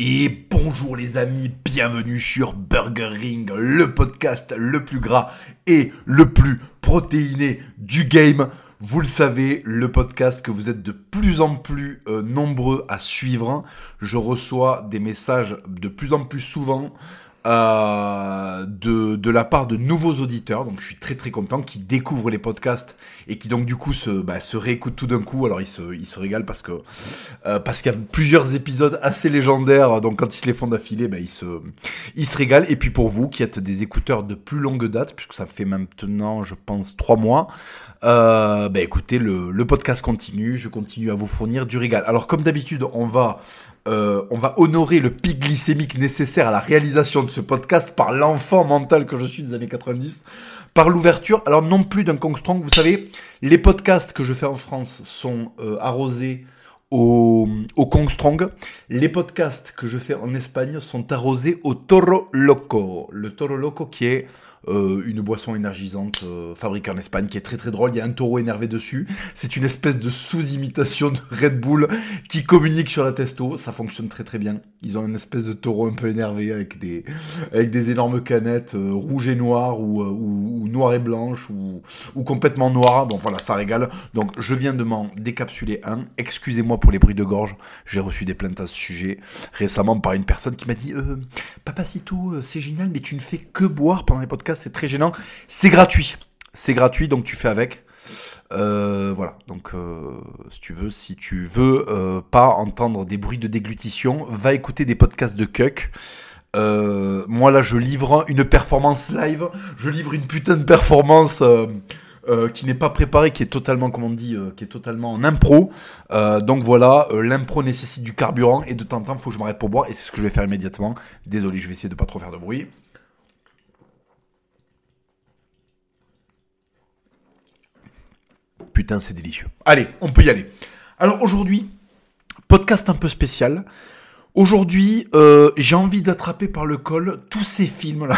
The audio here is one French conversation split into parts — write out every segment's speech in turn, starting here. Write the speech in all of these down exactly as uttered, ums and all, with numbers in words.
Et bonjour les amis, bienvenue sur Burger Ring, le podcast le plus gras et le plus protéiné du game. Vous le savez, le podcast que vous êtes de plus en plus euh, nombreux à suivre. Je reçois des messages de plus en plus souvent euh, de, de la part de nouveaux auditeurs. Donc je suis très très content, qui découvrent les podcasts et qui donc du coup se, bah, se réécoutent tout d'un coup. Alors ils se, ils se régalent parce que euh, parce qu'il y a plusieurs épisodes assez légendaires. Donc quand ils se les font d'affilée, bah, ils, se, ils se régalent. Et puis pour vous qui êtes des écouteurs de plus longue date, puisque ça fait maintenant je pense trois mois, Euh, bah écoutez, le, le podcast continue, je continue à vous fournir du régal. Alors comme d'habitude, on va, euh, on va honorer le pic glycémique nécessaire à la réalisation de ce podcast par l'enfant mental que je suis des années quatre-vingt-dix, par l'ouverture, alors non plus d'un Kong Strong. Vous savez, les podcasts que je fais en France sont euh, arrosés au, au Kong Strong. Les podcasts que je fais en Espagne sont arrosés au Toro Loco. Le Toro Loco qui est Euh, une boisson énergisante euh, fabriquée en Espagne, qui est très très drôle. Il y a un taureau énervé dessus. C'est une espèce de sous-imitation de Red Bull qui communique sur la testo. Ça fonctionne très très bien. Ils ont une espèce de taureau un peu énervé avec des avec des énormes canettes euh, rouges et noires ou, euh, ou, ou noires et blanches ou, ou complètement noires. Bon voilà, ça régale. Donc je viens de m'en décapsuler un. Excusez-moi pour les bruits de gorge. J'ai reçu des plaintes à ce sujet récemment par une personne qui m'a dit euh, Papacito, c'est génial, mais tu ne fais que boire pendant les podcasts. C'est très gênant. C'est gratuit. C'est gratuit, donc tu fais avec. Euh, voilà. Donc, euh, si tu veux, si tu veux euh, pas entendre des bruits de déglutition, va écouter des podcasts de Cuck. Euh, moi, là, je livre une performance live. Je livre une putain de performance euh, euh, qui n'est pas préparée, qui est totalement, comme on dit, euh, qui est totalement en impro. Euh, donc voilà, euh, l'impro nécessite du carburant et de temps en temps, il faut que je m'arrête pour boire. Et c'est ce que je vais faire immédiatement. Désolé, je vais essayer de pas trop faire de bruit. Putain, c'est délicieux. Allez, on peut y aller. Alors aujourd'hui, podcast un peu spécial. Aujourd'hui, euh, j'ai envie d'attraper par le col tous ces films-là.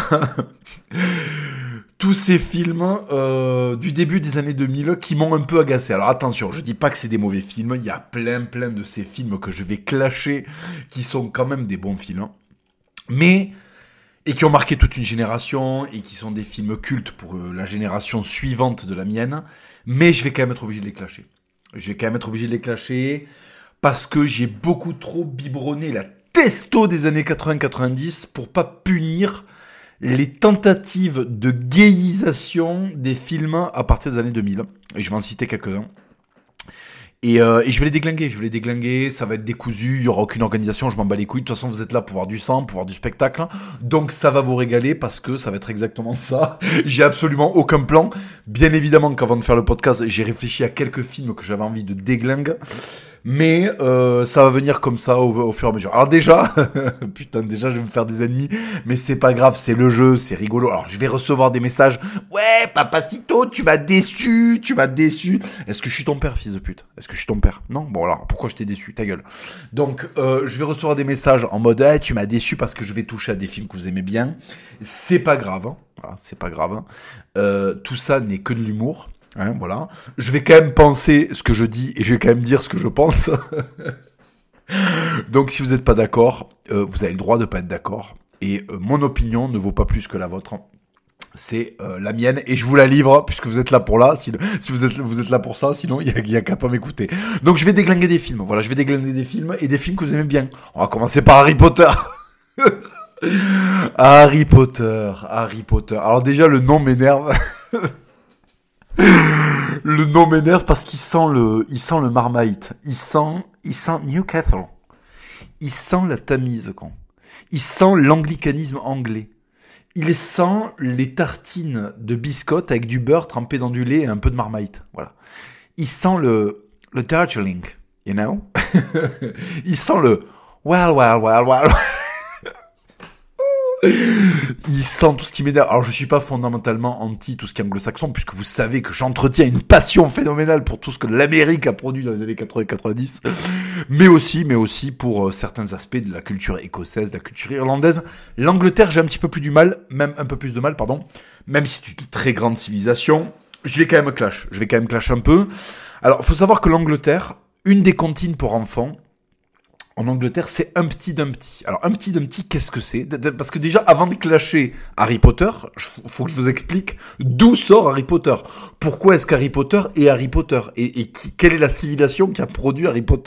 tous ces films euh, du début des années deux mille qui m'ont un peu agacé. Alors attention, je dis pas que c'est des mauvais films. Il y a plein, plein de ces films que je vais clasher qui sont quand même des bons films. Mais... et qui ont marqué toute une génération, et qui sont des films cultes pour euh, la génération suivante de la mienne, mais je vais quand même être obligé de les clasher. Je vais quand même être obligé de les clasher, parce que j'ai beaucoup trop biberonné la testo des années quatre-vingts quatre-vingt-dix pour pas punir les tentatives de gayisation des films à partir des années deux mille. Et je vais en citer quelques-uns. Et, euh, et je vais les déglinguer, je vais les déglinguer, ça va être décousu, il y aura aucune organisation, je m'en bats les couilles. De toute façon, vous êtes là pour voir du sang, pour voir du spectacle. Donc ça va vous régaler parce que ça va être exactement ça. J'ai absolument aucun plan. Bien évidemment qu'avant de faire le podcast, j'ai réfléchi à quelques films que j'avais envie de déglinguer. Mais euh, ça va venir comme ça au, au fur et à mesure. Alors déjà, putain, déjà je vais me faire des ennemis, mais c'est pas grave, c'est le jeu, c'est rigolo. Alors je vais recevoir des messages. Ouais, Papacito, tu m'as déçu, tu m'as déçu. Est-ce que je suis ton père, fils de pute? Est-ce que je suis ton père? Non. Bon alors, pourquoi je t'ai déçu? Ta gueule. Donc euh, je vais recevoir des messages en mode, hey, tu m'as déçu parce que je vais toucher à des films que vous aimez bien. C'est pas grave, hein. Voilà, c'est pas grave. Hein. Euh, tout ça n'est que de l'humour. Hein, voilà. Je vais quand même penser ce que je dis et je vais quand même dire ce que je pense. Donc si vous n'êtes pas d'accord, euh, vous avez le droit de pas être d'accord. Et euh, mon opinion ne vaut pas plus que la vôtre. C'est euh, la mienne et je vous la livre puisque vous êtes là pour là. Si, si vous êtes vous êtes là pour ça, sinon il y a, y a qu'à pas m'écouter. Donc je vais déglinguer des films. Voilà, je vais déglinguer des films et des films que vous aimez bien. On va commencer par Harry Potter. Harry Potter, Harry Potter. Alors déjà le nom m'énerve. Le nom m'énerve parce qu'il sent le, il sent le Marmite. Il sent, il sent Newcastle. Il sent la Tamise, con. Il sent l'anglicanisme anglais. Il sent les tartines de biscottes avec du beurre trempé dans du lait et un peu de Marmite. Voilà. Il sent le, le Darjeeling, you know? Il sent le well, well, well, well. Il sent tout ce qui m'énerve. Alors je suis pas fondamentalement anti tout ce qui est anglo-saxon, puisque vous savez que j'entretiens une passion phénoménale pour tout ce que l'Amérique a produit dans les années quatre-vingts quatre-vingt-dix, mais aussi, mais aussi pour euh, certains aspects de la culture écossaise, de la culture irlandaise. L'Angleterre, j'ai un petit peu plus du mal, même un peu plus de mal, pardon, même si c'est une très grande civilisation, je vais quand même clash, je vais quand même clash un peu. Alors, faut savoir que l'Angleterre, une des comptines pour enfants, en Angleterre, c'est Humpty Dumpty. Alors, Humpty Dumpty, qu'est-ce que c'est ? Parce que déjà, avant de clasher Harry Potter, il faut que je vous explique d'où sort Harry Potter. Pourquoi est-ce qu'Harry Potter est Harry Potter ? Et, et qui, quelle est la civilisation qui a produit Harry Potter ?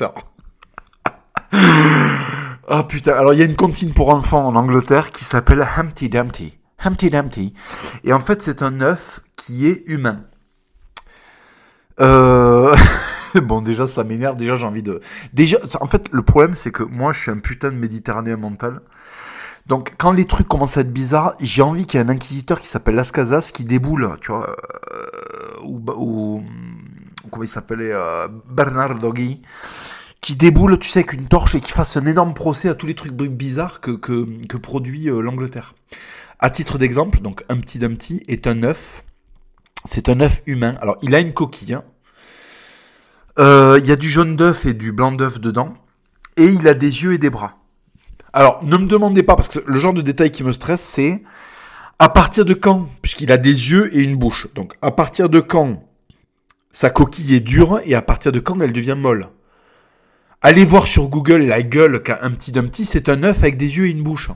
Ah putain, alors il y a une comptine pour enfants en Angleterre qui s'appelle Humpty Dumpty. Humpty Dumpty. Et en fait, c'est un œuf qui est humain. Euh... Bon, déjà, ça m'énerve. Déjà, j'ai envie de... Déjà, en fait, le problème, c'est que moi, je suis un putain de méditerranéen mental. Donc, quand les trucs commencent à être bizarres, j'ai envie qu'il y ait un inquisiteur qui s'appelle Las Casas qui déboule, tu vois, euh, ou, ou... Comment il s'appelait euh, Bernardo Gui, qui déboule, tu sais, avec une torche et qui fasse un énorme procès à tous les trucs bizarres que, que, que produit euh, l'Angleterre. À titre d'exemple, donc, Humpty Dumpty est un œuf. C'est un œuf humain. Alors, il a une coquille, hein. Il euh, y a du jaune d'œuf et du blanc d'œuf dedans. Et il a des yeux et des bras. Alors, ne me demandez pas, parce que le genre de détail qui me stresse, c'est à partir de quand, puisqu'il a des yeux et une bouche. Donc, à partir de quand sa coquille est dure et à partir de quand elle devient molle. Allez voir sur Google la gueule qu'a Humpty Dumpty, c'est un œuf avec des yeux et une bouche.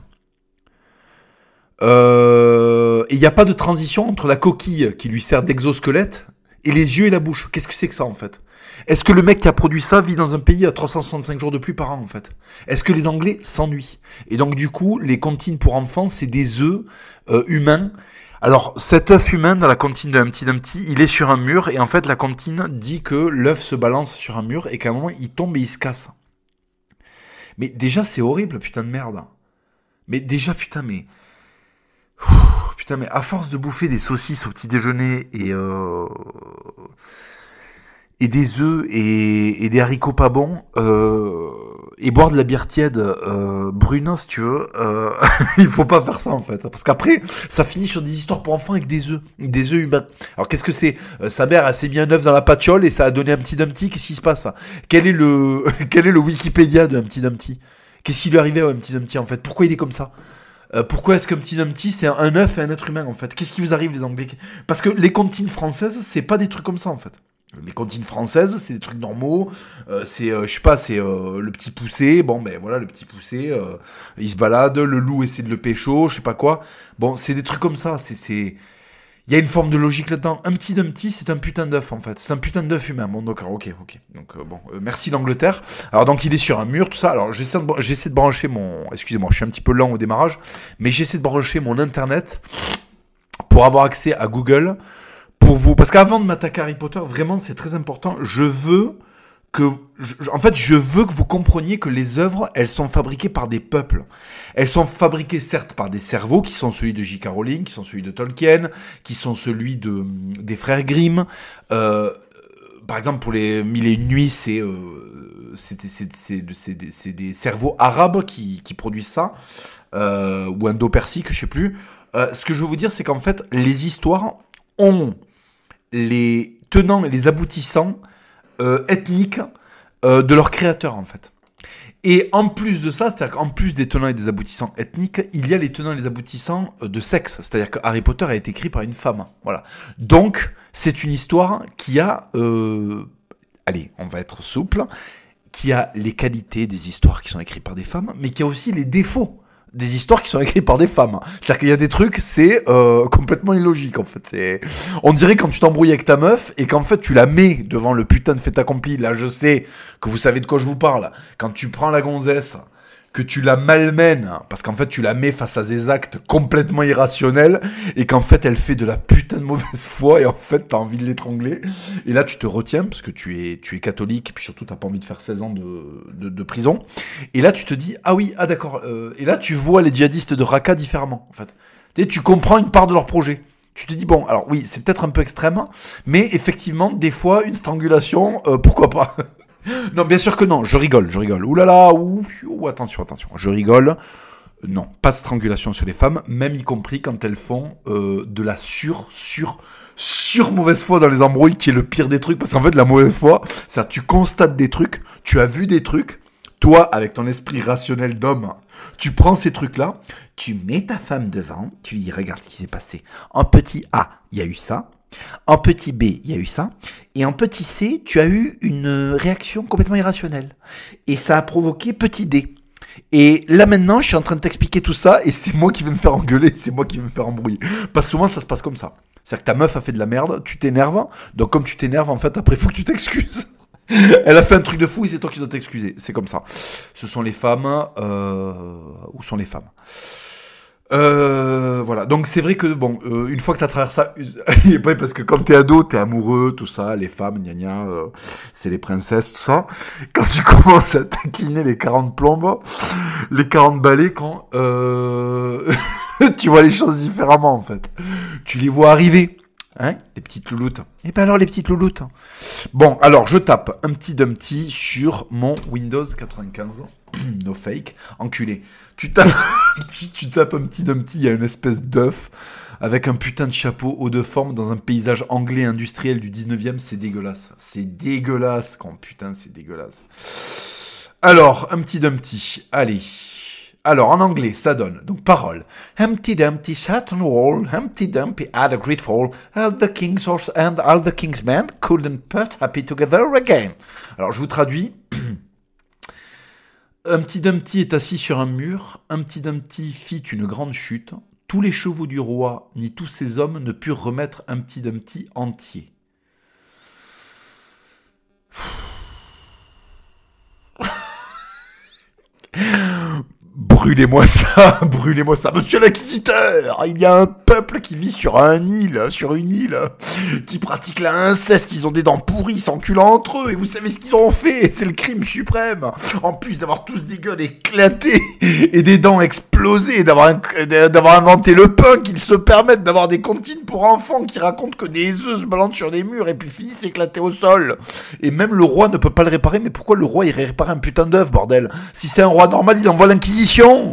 Euh, et il n'y a pas de transition entre la coquille qui lui sert d'exosquelette et les yeux et la bouche. Qu'est-ce que c'est que ça, en fait ? Est-ce que le mec qui a produit ça vit dans un pays à trois cent soixante-cinq jours de pluie par an, en fait ? Est-ce que les Anglais s'ennuient ? Et donc, du coup, les comptines pour enfants, c'est des œufs euh, humains. Alors, cet œuf humain dans la comptine de Humpty Dumpty, il est sur un mur, et en fait, la comptine dit que l'œuf se balance sur un mur, et qu'à un moment, il tombe et il se casse. Mais déjà, c'est horrible, putain de merde. Mais déjà, putain, mais... Ouh, putain, mais à force de bouffer des saucisses au petit déjeuner, et... Euh... et des œufs et, et des haricots pas bons, euh, et boire de la bière tiède euh, brune, si tu veux, euh, il faut pas faire ça en fait. Parce qu'après, ça finit sur des histoires pour enfants avec des œufs, des œufs humains. Alors qu'est-ce que c'est ? euh, Sa mère, elle s'est mis un œuf dans la patchole et ça a donné un petit Dumpty, qu'est-ce qui se passe ? Quel est le quel est le Wikipédia de un petit Dumpty ? Qu'est-ce qui lui arrivait à un petit Dumpty en fait ? Pourquoi il est comme ça ? Euh, pourquoi est-ce qu'un petit Dumpty c'est un œuf et un être humain en fait ? Qu'est-ce qui vous arrive les Anglais ? Parce que les comptines françaises, c'est pas des trucs comme ça en fait. Les comptines françaises, c'est des trucs normaux, euh, c'est, euh, je sais pas, c'est euh, le petit poussé, bon ben voilà, le petit poussé, euh, il se balade, le loup essaie de le pécho, je sais pas quoi, bon, c'est des trucs comme ça, c'est, c'est, il y a une forme de logique là-dedans. Un petit Dumpty, c'est un putain d'œuf en fait, c'est un putain d'œuf humain, bon d'accord, ok, ok, donc euh, bon, euh, merci l'Angleterre. Alors donc il est sur un mur, tout ça, alors j'essaie de, j'essaie de brancher mon, excusez-moi, je suis un petit peu lent au démarrage, mais j'essaie de brancher mon internet pour avoir accès à Google, pour vous, parce qu'avant de m'attaquer à Harry Potter, vraiment c'est très important, je veux que, je, en fait je veux que vous compreniez que les œuvres, elles sont fabriquées par des peuples. Elles sont fabriquées certes par des cerveaux, qui sont celui de J K. Rowling, qui sont celui de Tolkien, qui sont celui de, des frères Grimm, euh, par exemple pour les Mille et une nuits, c'est, euh, c'est, c'est, c'est, c'est, des, c'est des cerveaux arabes qui, qui produisent ça, euh, ou indo-persiques, je sais plus. Euh, ce que je veux vous dire, c'est qu'en fait, les histoires ont les tenants et les aboutissants euh, ethniques euh, de leurs créateurs, en fait. Et en plus de ça, c'est-à-dire qu'en plus des tenants et des aboutissants ethniques, il y a les tenants et les aboutissants de sexe. C'est-à-dire que Harry Potter a été écrit par une femme. Voilà. Donc, c'est une histoire qui a... Euh, allez, on va être souple. Qui a les qualités des histoires qui sont écrites par des femmes, mais qui a aussi les défauts des histoires qui sont écrites par des femmes. C'est-à-dire qu'il y a des trucs, c'est euh, complètement illogique, en fait. C'est... On dirait quand tu t'embrouilles avec ta meuf, et qu'en fait, tu la mets devant le putain de fait accompli. Là, je sais que vous savez de quoi je vous parle. Quand tu prends la gonzesse, que tu la malmènes, parce qu'en fait, tu la mets face à des actes complètement irrationnels, et qu'en fait, elle fait de la putain de mauvaise foi, et en fait, t'as envie de l'étrangler. Et là, tu te retiens, parce que tu es, tu es catholique, et puis surtout, t'as pas envie de faire seize ans de, de, de prison. Et là, tu te dis, ah oui, ah d'accord. Euh, et là, tu vois les djihadistes de Raqqa différemment, en fait. Tu sais, tu comprends une part de leur projet. Tu te dis, bon, alors oui, c'est peut-être un peu extrême, mais effectivement, des fois, une strangulation, euh, pourquoi pas. Non, bien sûr que non, je rigole, je rigole. Ouh là là, ouh, ouh, attention, attention, je rigole. Non, pas de strangulation sur les femmes, même y compris quand elles font euh, de la sur, sur, sur mauvaise foi dans les embrouilles, qui est le pire des trucs, parce qu'en fait, la mauvaise foi, c'est-à-dire tu constates des trucs, tu as vu des trucs, toi, avec ton esprit rationnel d'homme, tu prends ces trucs-là, tu mets ta femme devant, tu lui dis, regarde ce qui s'est passé. En petit A, il y a eu ça. En petit B, il y a eu ça. Et en petit C, tu as eu une réaction complètement irrationnelle. Et ça a provoqué petit D. Et là maintenant, je suis en train de t'expliquer tout ça et c'est moi qui vais me faire engueuler, c'est moi qui vais me faire embrouiller. Parce que souvent, ça se passe comme ça. C'est-à-dire que ta meuf a fait de la merde, tu t'énerves. Donc comme tu t'énerves, en fait, après, il faut que tu t'excuses. Elle a fait un truc de fou et c'est toi qui dois t'excuser. C'est comme ça. Ce sont les femmes. Euh... Où sont les femmes ? Euh, voilà. Donc c'est vrai que bon, euh, une fois que t'as traversé ça, et pas parce que quand t'es ado, t'es amoureux, tout ça, les femmes, gna gna, euh, c'est les princesses, tout ça. Quand tu commences à taquiner les quarante plombes, les quarante balais, quand euh, tu vois les choses différemment en fait. Tu les vois arriver. Hein, les petites louloutes. Et ben alors les petites louloutes. Bon, alors je tape un petit dumpty sur mon Windows quatre-vingt-quinze. No fake. Enculé. Tu tapes, tu tapes un petit dumpty, il y a une espèce d'œuf avec un putain de chapeau haut de forme dans un paysage anglais industriel du dix-neuvième. C'est dégueulasse. C'est dégueulasse. Quand putain, c'est dégueulasse. Alors, un petit dumpty. Allez. Alors, en anglais, ça donne, donc, parole. Humpty Dumpty sat on a wall, Humpty Dumpty had a great fall, all the king's horse and all the king's men couldn't put happy together again. Alors, je vous traduis. Humpty Dumpty est assis sur un mur, Humpty Dumpty fit une grande chute, tous les chevaux du roi, ni tous ses hommes ne purent remettre Humpty Dumpty entier. Brûlez-moi ça, brûlez-moi ça, monsieur l'inquisiteur. Il y a un peuple qui vit sur un île, sur une île, qui pratique l'inceste. Ils ont des dents pourries, ils s'enculent entre eux. Et vous savez ce qu'ils ont fait? C'est le crime suprême. En plus d'avoir tous des gueules éclatées et des dents explosées, et d'avoir, d'avoir inventé le punk, ils se permettent d'avoir des comptines pour enfants qui racontent que des œufs se balancent sur des murs et puis finissent éclatés au sol. Et même le roi ne peut pas le réparer. Mais pourquoi le roi irait réparer un putain d'œuf, bordel? Si c'est un roi normal, il envoie l'inquisition.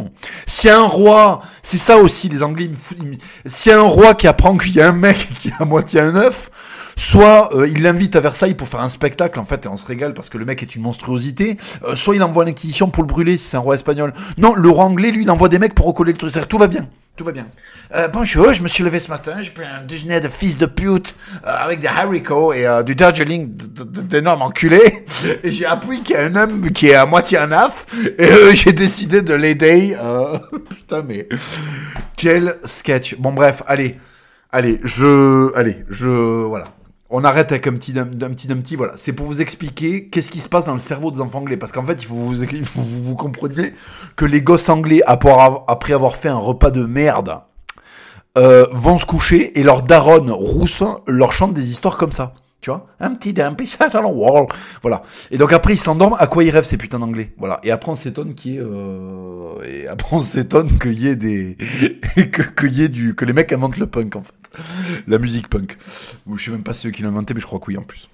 Si un roi, c'est ça aussi les Anglais, ils me foutent, ils me... si un roi qui apprend qu'il y a un mec qui a à moitié un œuf, soit euh, il l'invite à Versailles pour faire un spectacle en fait et on se régale parce que le mec est une monstruosité, euh, soit il envoie l'inquisition pour le brûler si c'est un roi espagnol. Non, le roi anglais lui il envoie des mecs pour recoller le truc, c'est-à-dire tout va bien. Tout va bien. Euh, bonjour, je me suis levé ce matin, j'ai pris un déjeuner de fils de pute euh, avec des haricots et euh, du Darjeeling d'énormes enculés. Et j'ai appris qu'il y a un homme qui est à moitié un af. Et euh, j'ai décidé de l'aider. Euh... Putain, mais quel sketch. Bon, bref, allez, allez, je, allez, je, voilà. On arrête avec un petit, un, un petit, un petit, voilà. C'est pour vous expliquer qu'est-ce qui se passe dans le cerveau des enfants anglais. Parce qu'en fait, il faut vous, il faut vous, vous compreniez que les gosses anglais, après avoir fait un repas de merde, euh, vont se coucher et leur daronne rousse leur chante des histoires comme ça. Tu vois? Un petit dumpy sat on a wall. Voilà. Et donc après, ils s'endorment. À quoi ils rêvent, ces putains d'anglais? Voilà. Et après, on s'étonne qu'il y ait, euh... et après, on s'étonne qu'il y ait des, que, qu'il y ait du, que les mecs inventent le punk, en fait. La musique punk. Ou je sais même pas si c'est eux qui l'ont inventé, mais je crois que oui, en plus.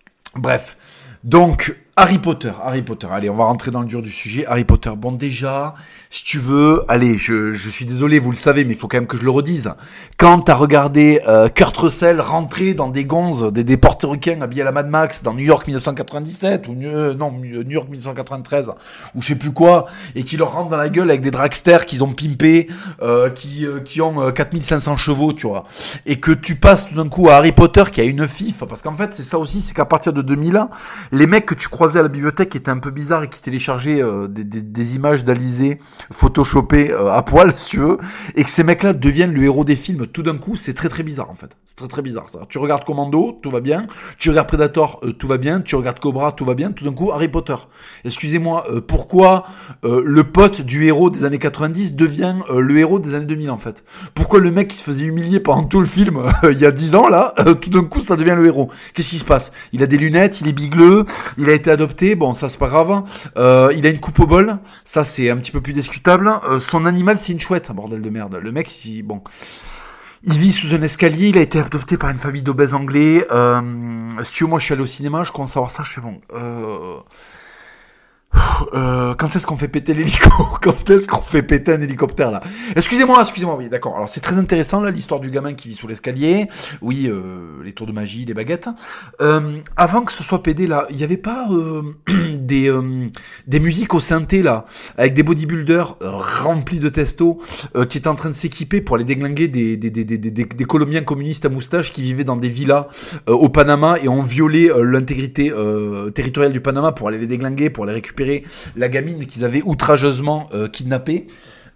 Bref. Donc, Harry Potter, Harry Potter. Allez, on va rentrer dans le dur du sujet. Harry Potter. Bon, déjà, si tu veux, allez, je, je suis désolé, vous le savez, mais il faut quand même que je le redise. Quand t'as regardé euh, Kurt Russell rentrer dans des gonzes, des, des portoricains habillés à la Mad Max dans New York dix-neuf cent quatre-vingt-dix-sept, ou euh, non, New York dix-neuf cent quatre-vingt-treize, ou je sais plus quoi, et qui leur rentrent dans la gueule avec des dragsters qu'ils ont pimpés, euh, qui, euh, qui ont euh, quatre mille cinq cents chevaux, tu vois, et que tu passes tout d'un coup à Harry Potter qui a une fif, parce qu'en fait, c'est ça aussi, c'est qu'à partir de deux mille un, les mecs que tu croisais à la bibliothèque qui étaient un peu bizarres et qui téléchargeaient euh, des, des, des images d'Alizé photoshopées euh, à poil, si tu veux, et que ces mecs-là deviennent le héros des films tout d'un coup, c'est très très bizarre en fait. C'est très très bizarre. C'est-à-dire, tu regardes Commando, tout va bien. Tu regardes Predator, euh, tout va bien. Tu regardes Cobra, tout va bien. Tout d'un coup, Harry Potter. Excusez-moi, euh, pourquoi euh, le pote du héros des années quatre-vingt-dix devient euh, le héros des années deux mille en fait? Pourquoi le mec qui se faisait humilier pendant tout le film euh, il y a dix ans là, euh, tout d'un coup ça devient le héros? Qu'est-ce qui se passe? Il a des lunettes, il est bigleux, il a été adopté, bon ça c'est pas grave. Euh, il a une coupe au bol, ça c'est un petit peu plus discutable. Euh, son animal c'est une chouette, bordel de merde. Le mec, si, bon, il vit sous un escalier, il a été adopté par une famille d'obèses anglais. Euh, si tu veux, moi je suis allé au cinéma, je commence à voir ça, je fais bon. Euh, Euh, quand est-ce qu'on fait péter l'hélico? Quand est-ce qu'on fait péter un hélicoptère là? Excusez-moi, excusez-moi, oui, d'accord. Alors c'est très intéressant là, l'histoire du gamin qui vit sous l'escalier. Oui, euh, les tours de magie, les baguettes. Euh, avant que ce soit pédé là, il y avait pas euh, des euh, des musiques au synthé là, avec des bodybuilders euh, remplis de testo, euh, qui étaient en train de s'équiper pour aller déglinguer des des des des des, des, des Colombiens communistes à moustache qui vivaient dans des villas euh, au Panama et ont violé euh, l'intégrité euh, territoriale du Panama pour aller les déglinguer, pour aller récupérer la gamine qu'ils avaient outrageusement euh, kidnappée.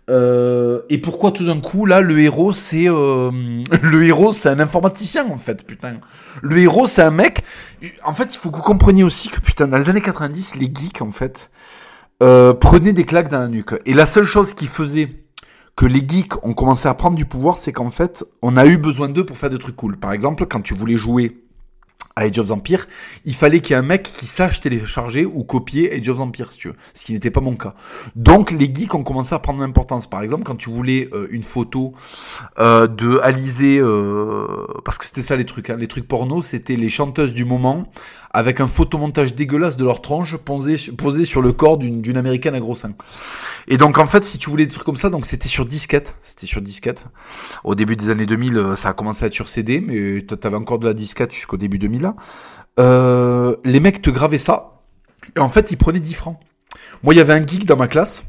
Euh, et pourquoi tout d'un coup là le héros c'est euh, le héros c'est un informaticien en fait, putain. Le héros c'est un mec. En fait il faut que vous compreniez aussi que putain dans les années quatre-vingt-dix les geeks en fait euh, prenaient des claques dans la nuque. Et la seule chose qui faisait que les geeks ont commencé à prendre du pouvoir, c'est qu'en fait on a eu besoin d'eux pour faire des trucs cool. Par exemple quand tu voulais jouer à Age of Empires, il fallait qu'il y ait un mec qui sache télécharger ou copier Age of Empires, si tu veux, ce qui n'était pas mon cas. Donc les geeks ont commencé à prendre l'importance. Par exemple, quand tu voulais euh, une photo euh, de Alizée, euh, parce que c'était ça les trucs, hein, les trucs porno, c'était les chanteuses du moment avec un photomontage dégueulasse de leur tronche posé, posé sur le corps d'une, d'une américaine à gros seins. Et donc en fait, si tu voulais des trucs comme ça, donc c'était sur disquette, c'était sur disquette. Au début des années deux mille, ça a commencé à être sur C D, mais t'avais encore de la disquette jusqu'au début deux mille. Euh, les mecs te gravaient ça, et en fait ils prenaient dix francs. Moi il y avait un geek dans ma classe,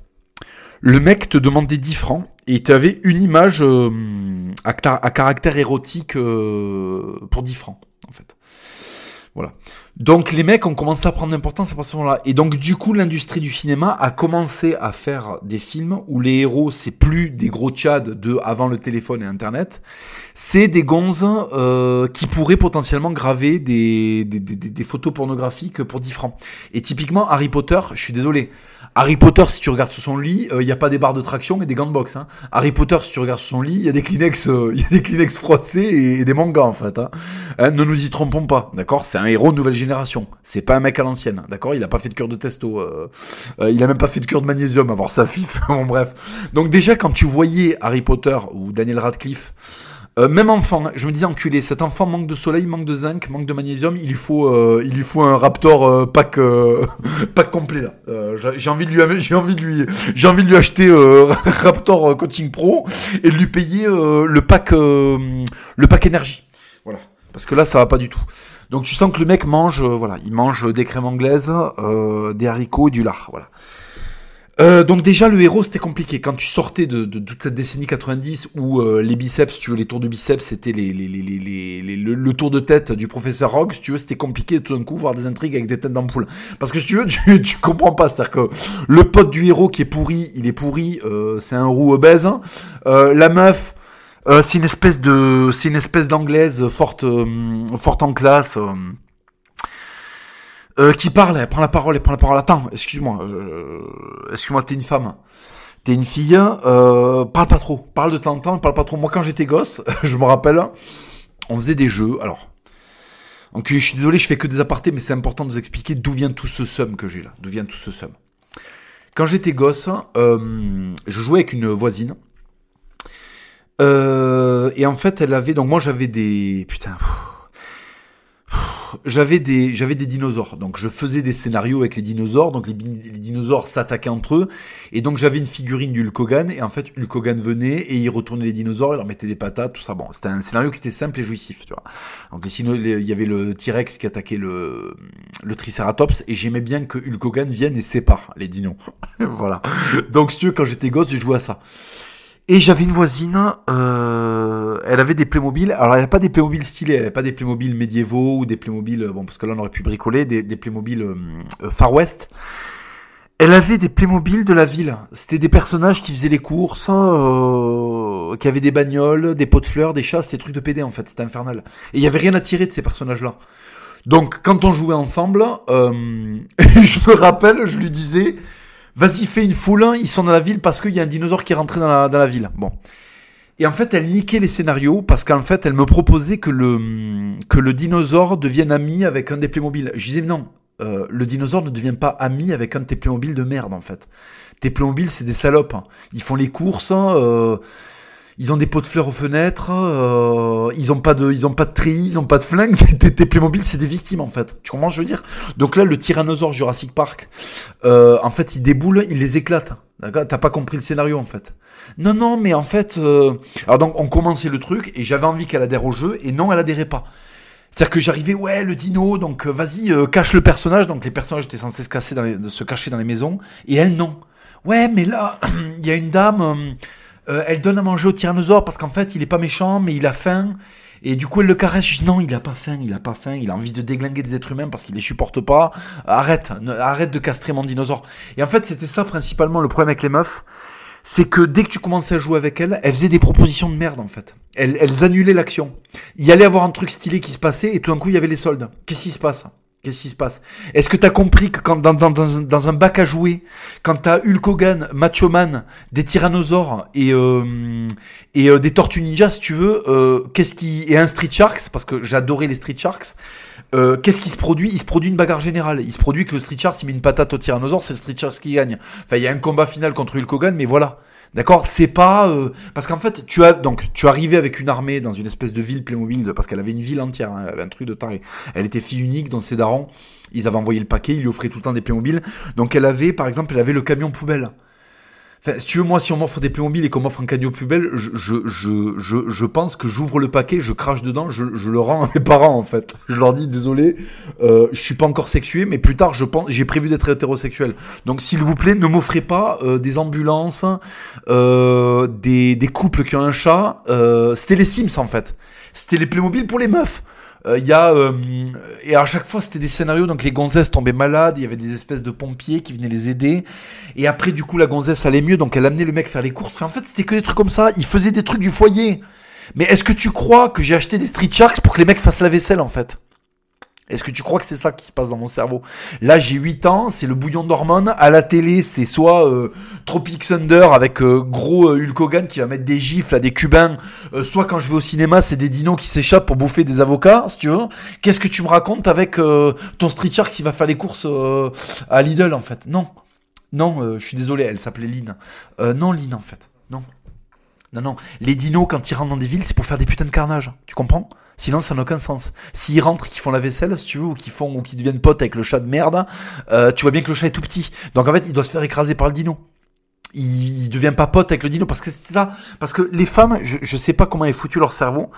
le mec te demandait dix francs, et tu avais une image euh, à, à caractère érotique euh, pour dix francs, en fait. Voilà. Donc les mecs ont commencé à prendre l'importance à ce moment-là. Et donc du coup l'industrie du cinéma a commencé à faire des films où les héros c'est plus des gros tchads de avant le téléphone et internet, c'est des gonzes euh, qui pourraient potentiellement graver des, des, des, des photos pornographiques pour dix francs. Et typiquement Harry Potter, je suis désolé, Harry Potter, si tu regardes sur son lit, il euh, n'y a pas des barres de traction et des gants de boxe. Hein. Harry Potter, si tu regardes sur son lit, il y a des Kleenex, il euh, y a des Kleenex froissés et, et des mangas en fait. Hein. Hein, ne nous y trompons pas, d'accord. C'est un héros de nouvelle génération. C'est pas un mec à l'ancienne, d'accord. Il a pas fait de cure de testo, euh, euh, il a même pas fait de cure de magnésium avant sa fille. Bon bref. Donc déjà quand tu voyais Harry Potter ou Daniel Radcliffe. Euh, même enfant, hein, je me disais enculé, cet enfant manque de soleil, manque de zinc, manque de magnésium, il lui faut, euh, il lui faut un Raptor euh, pack, euh, pack complet là. Euh, j'ai envie de lui, j'ai envie de lui, j'ai envie de lui acheter euh, Raptor Coaching Pro et de lui payer euh, le pack, euh, le pack énergie. Voilà, parce que là ça va pas du tout. Donc tu sens que le mec mange, euh, voilà, il mange des crèmes anglaises, euh, des haricots et du lard, voilà. Euh, donc déjà le héros c'était compliqué quand tu sortais de, de, de toute cette décennie quatre-vingt-dix où euh, les biceps, si tu veux, les tours de biceps c'était les, les, les, les, les, les le, le tour de tête du professeur Rogue, si tu veux, c'était compliqué de tout d'un coup voir des intrigues avec des têtes d'ampoule parce que si tu veux tu, tu comprends pas, c'est-à-dire que le pote du héros qui est pourri, il est pourri, euh, c'est un roux obèse, euh, la meuf euh, c'est une espèce de c'est une espèce d'anglaise forte euh, forte en classe. Euh, Euh, qui parle, elle prend la parole, elle prend la parole. Attends, excuse-moi, euh, excuse-moi, t'es une femme, t'es une fille, euh, parle pas trop, parle de temps en temps, parle pas trop. Moi, quand j'étais gosse, je me rappelle, on faisait des jeux. Alors, donc, je suis désolé, je fais que des apartés, mais c'est important de vous expliquer d'où vient tout ce seum que j'ai là, d'où vient tout ce seum. Quand j'étais gosse, euh, je jouais avec une voisine, euh, et en fait, elle avait, donc moi, j'avais des, putain. J'avais des, j'avais des dinosaures, donc je faisais des scénarios avec les dinosaures, donc les, les dinosaures s'attaquaient entre eux, et donc j'avais une figurine du Hulk Hogan, et en fait Hulk Hogan venait, et il retournait les dinosaures, il leur mettait des patates, tout ça, bon, c'était un scénario qui était simple et jouissif, tu vois. Donc sinon, il y avait le T-Rex qui attaquait le, le Triceratops, et j'aimais bien que Hulk Hogan vienne et sépare les dinos. Voilà. Donc si tu veux, quand j'étais gosse, je jouais à ça. Et j'avais une voisine, euh, elle avait des Playmobil. Alors, elle n'a pas des Playmobil stylés, elle n'a pas des Playmobil médiévaux ou des Playmobil, bon, parce que là, on aurait pu bricoler, des, des Playmobil euh, euh, Far West. Elle avait des Playmobil de la ville. C'était des personnages qui faisaient les courses, euh, qui avaient des bagnoles, des pots de fleurs, des chats, c'était des trucs de P D, en fait, c'était infernal. Et il y avait rien à tirer de ces personnages-là. Donc, quand on jouait ensemble, euh, je me rappelle, je lui disais... Vas-y, fais une foule, ils sont dans la ville parce qu'il y a un dinosaure qui est rentré dans la, dans la ville. Bon. Et en fait, elle niquait les scénarios parce qu'en fait, elle me proposait que le, que le dinosaure devienne ami avec un des Playmobil. Je disais, non, euh, le dinosaure ne devient pas ami avec un de tes Playmobil de merde, en fait. Tes Playmobil, c'est des salopes. Hein. Ils font les courses, euh, ils ont des pots de fleurs aux fenêtres, euh, ils ont pas de, ils ont pas de treillis, ils ont pas de flingues. Tes, tes Playmobil, c'est des victimes, en fait. Tu comprends ce que je veux dire? Donc là, le tyrannosaure Jurassic Park, euh, en fait, il déboule, il les éclate. D'accord? T'as pas compris le scénario, en fait. Non, non, mais en fait, euh... alors donc, on commençait le truc, et j'avais envie qu'elle adhère au jeu, et non, elle adhérait pas. C'est-à-dire que j'arrivais, ouais, le dino, donc euh, vas-y, euh, cache le personnage. Donc les personnages étaient censés se, casser dans les, se cacher dans les maisons. Et elle, non. Ouais, mais là, il y a une dame, euh, euh, elle donne à manger au tyrannosaure parce qu'en fait, il est pas méchant, mais il a faim. Et du coup, elle le caresse. Je dis, non, il a pas faim, il a pas faim. Il a envie de déglinguer des êtres humains parce qu'il les supporte pas. Arrête, ne, arrête de castrer mon dinosaure. Et en fait, c'était ça principalement le problème avec les meufs. C'est que dès que tu commençais à jouer avec elles, elles faisaient des propositions de merde en fait. Elles, elles annulaient l'action. Il y allait avoir un truc stylé qui se passait et tout d'un coup, il y avait les soldes. Qu'est-ce qui se passe ? Qu'est-ce qui se passe ? Est-ce que t'as compris que quand dans, dans, dans, un, dans un bac à jouer, quand t'as Hulk Hogan, Macho Man, des tyrannosaures et, euh, et euh, des tortues ninja, si tu veux, euh, qu'est-ce qui et un Street Sharks, parce que j'adorais les Street Sharks. Euh, qu'est-ce qui se produit ? Il se produit une bagarre générale. Il se produit que le Street Sharks il met une patate au tyrannosaure, c'est le Street Sharks qui gagne. Enfin, il y a un combat final contre Hulk Hogan, mais voilà. D'accord, c'est pas euh, parce qu'en fait tu as donc tu arrivais avec une armée dans une espèce de ville Playmobil parce qu'elle avait une ville entière, hein, elle avait un truc de taré. Elle était fille unique dans ses darons, ils avaient envoyé le paquet, ils lui offraient tout le temps des Playmobil. Donc elle avait par exemple, elle avait le camion poubelle. Enfin, si tu veux, moi, si on m'offre des Playmobil et qu'on m'offre un camion poubelle, je, je, je, je, je pense que j'ouvre le paquet, je crache dedans, je, je le rends à mes parents, en fait. Je leur dis, désolé, euh, je suis pas encore sexué, mais plus tard, je pense, j'ai prévu d'être hétérosexuel. Donc, s'il vous plaît, ne m'offrez pas euh, des ambulances, euh, des, des couples qui ont un chat. Euh, c'était les Sims, en fait. C'était les Playmobil pour les meufs. Il euh, y a euh, et à chaque fois c'était des scénarios, donc les gonzesses tombaient malades, il y avait des espèces de pompiers qui venaient les aider, et après du coup la gonzesse allait mieux, donc elle amenait le mec faire les courses. Enfin, en fait c'était que des trucs comme ça, il faisait des trucs du foyer. Mais est-ce que tu crois que j'ai acheté des Street Sharks pour que les mecs fassent la vaisselle en fait ? Est-ce que tu crois que c'est ça qui se passe dans mon cerveau ? Là, j'ai huit ans, c'est le bouillon d'hormones. À la télé, c'est soit euh, Tropic Thunder avec euh, gros euh, Hulk Hogan qui va mettre des gifles à des Cubains, euh, soit quand je vais au cinéma, c'est des dinos qui s'échappent pour bouffer des avocats, si tu veux. Qu'est-ce que tu me racontes avec euh, ton Street Shark qui va faire les courses euh, à Lidl, en fait ? Non. Non, euh, je suis désolé, elle s'appelait Lynn. Euh, non, Lynn, en fait. Non. Non, non. Les dinos, quand ils rentrent dans des villes, c'est pour faire des putains de carnage. Tu comprends ? Sinon, ça n'a aucun sens. S'ils rentrent, qu'ils font la vaisselle, si tu veux, ou qu'ils font, ou qu'ils deviennent potes avec le chat de merde, euh, tu vois bien que le chat est tout petit. Donc en fait, il doit se faire écraser par le dino. Il, il devient pas pote avec le dino parce que c'est ça. Parce que les femmes, je, je sais pas comment est foutu leur cerveau.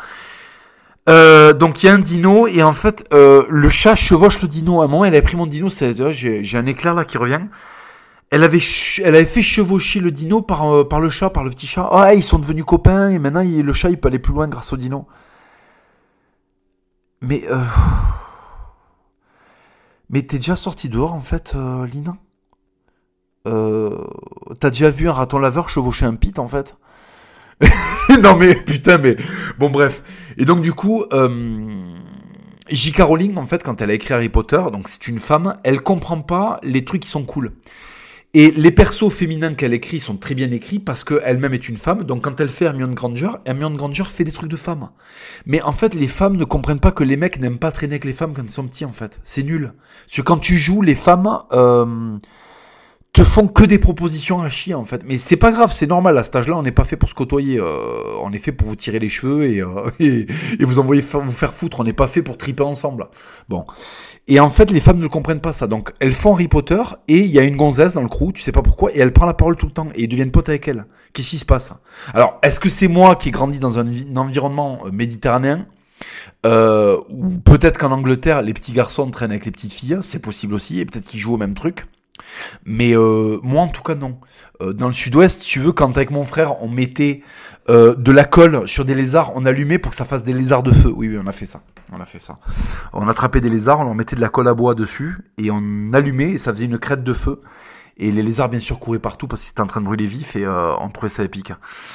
Euh, donc il y a un dino et en fait, euh, le chat chevauche le dino. À un moment, elle avait pris mon dino. C'est, j'ai, j'ai un éclair là qui revient. Elle avait, ch- elle avait fait chevaucher le dino par, euh, par le chat, par le petit chat. Ah, ils sont devenus copains et maintenant il, le chat il peut aller plus loin grâce au dino. Mais euh... mais t'es déjà sorti dehors en fait, euh, Lina. Euh... T'as déjà vu un raton laveur chevaucher un pit en fait. Non mais putain mais bon bref. Et donc du coup, euh... J K Rowling en fait quand elle a écrit Harry Potter, donc c'est une femme, elle comprend pas les trucs qui sont cool. Et les persos féminins qu'elle écrit sont très bien écrits parce qu'elle-même est une femme. Donc quand elle fait Hermione Granger, Hermione Granger fait des trucs de femme. Mais en fait, les femmes ne comprennent pas que les mecs n'aiment pas traîner avec les femmes quand ils sont petits, en fait. C'est nul. Parce que quand tu joues, les femmes euh, te font que des propositions à chier, en fait. Mais c'est pas grave, c'est normal. À cet âge-là, on n'est pas fait pour se côtoyer. Euh, on est fait pour vous tirer les cheveux et, euh, et, et vous envoyer fa- vous faire foutre. On n'est pas fait pour triper ensemble. Bon. Et en fait, les femmes ne comprennent pas ça. Donc, elles font Harry Potter et il y a une gonzesse dans le crew, tu sais pas pourquoi, et elle prend la parole tout le temps et ils deviennent potes avec elle. Qu'est-ce qui se passe ? Alors, est-ce que c'est moi qui ai grandi dans un, un environnement méditerranéen euh, ou peut-être qu'en Angleterre, les petits garçons traînent avec les petites filles, c'est possible aussi, et peut-être qu'ils jouent au même truc. Mais euh, moi, en tout cas, non. Euh, dans le sud-ouest, tu veux, quand avec mon frère, on mettait euh, de la colle sur des lézards, on allumait pour que ça fasse des lézards de feu. Oui, oui, on a fait ça. On a fait ça. On attrapait des lézards, on leur mettait de la colle à bois dessus, et on allumait, et ça faisait une crête de feu. Et les lézards, bien sûr, couraient partout parce qu'ils étaient en train de brûler vif, et euh, on trouvait ça épique.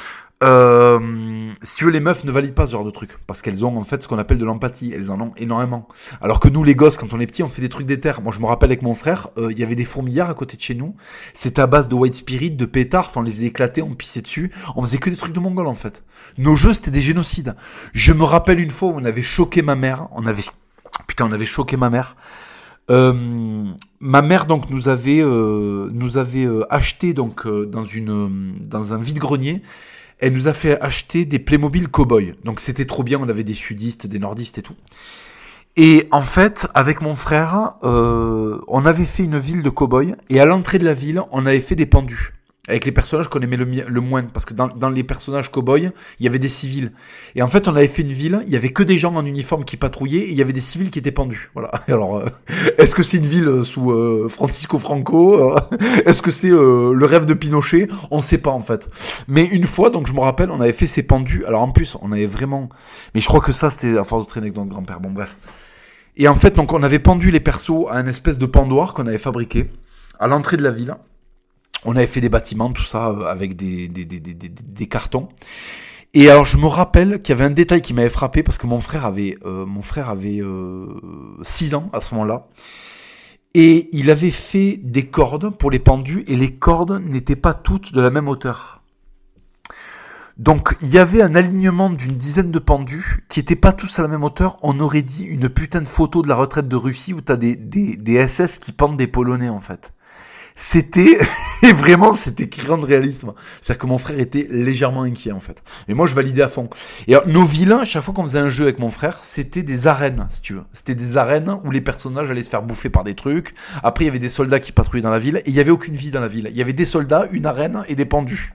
Euh, si tu veux, les meufs ne valident pas ce genre de truc parce qu'elles ont en fait ce qu'on appelle de l'empathie. Elles en ont énormément. Alors que nous, les gosses, quand on est petits, on fait des trucs d'éther. Moi, je me rappelle avec mon frère, il euh, y avait des fourmilières à côté de chez nous. C'était à base de white spirit, de pétards. Enfin, on les faisait éclater, on pissait dessus. On faisait que des trucs de mongol en fait. Nos jeux, c'était des génocides. Je me rappelle une fois où on avait choqué ma mère. On avait, putain, on avait choqué ma mère. Euh, ma mère donc nous avait euh, nous avait euh, acheté donc euh, dans une euh, dans un vide-grenier. Elle nous a fait acheter des Playmobil Cowboy. Donc c'était trop bien, on avait des sudistes, des nordistes et tout. Et en fait, avec mon frère, euh, on avait fait une ville de cow-boy. Et à l'entrée de la ville, on avait fait des pendus. avec les personnages qu'on aimait le, mi- le moins, parce que dans, dans les personnages cow-boys, il y avait des civils. Et en fait, on avait fait une ville, il y avait que des gens en uniforme qui patrouillaient, et il y avait des civils qui étaient pendus. Voilà. Alors, euh, est-ce que c'est une ville sous euh, Francisco Franco euh, Est-ce que c'est euh, le rêve de Pinochet? On sait pas en fait. Mais une fois, donc je me rappelle, on avait fait ces pendus. Alors en plus, on avait vraiment, mais je crois que ça, c'était à force de traîner avec notre grand-père. Bon bref. Et en fait, donc on avait pendu les persos à une espèce de pendoir qu'on avait fabriqué à l'entrée de la ville. On avait fait des bâtiments, tout ça, euh, avec des, des, des, des, des, des cartons. Et alors, je me rappelle qu'il y avait un détail qui m'avait frappé, parce que mon frère avait, euh, mon frère avait euh, six ans à ce moment-là. Et il avait fait des cordes pour les pendus, et les cordes n'étaient pas toutes de la même hauteur. Donc, il y avait un alignement d'une dizaine de pendus qui étaient pas tous à la même hauteur. On aurait dit une putain de photo de la retraite de Russie où t'as des, des, des S S qui pendent des Polonais, en fait. C'était, et vraiment, c'était criant de réalisme. C'est-à-dire que mon frère était légèrement inquiet, en fait. Mais moi, je validais à fond. Et alors, nos vilains, chaque fois qu'on faisait un jeu avec mon frère, c'était des arènes, si tu veux. C'était des arènes où les personnages allaient se faire bouffer par des trucs. Après, il y avait des soldats qui patrouillaient dans la ville, et il y avait aucune vie dans la ville. Il y avait des soldats, une arène et des pendus.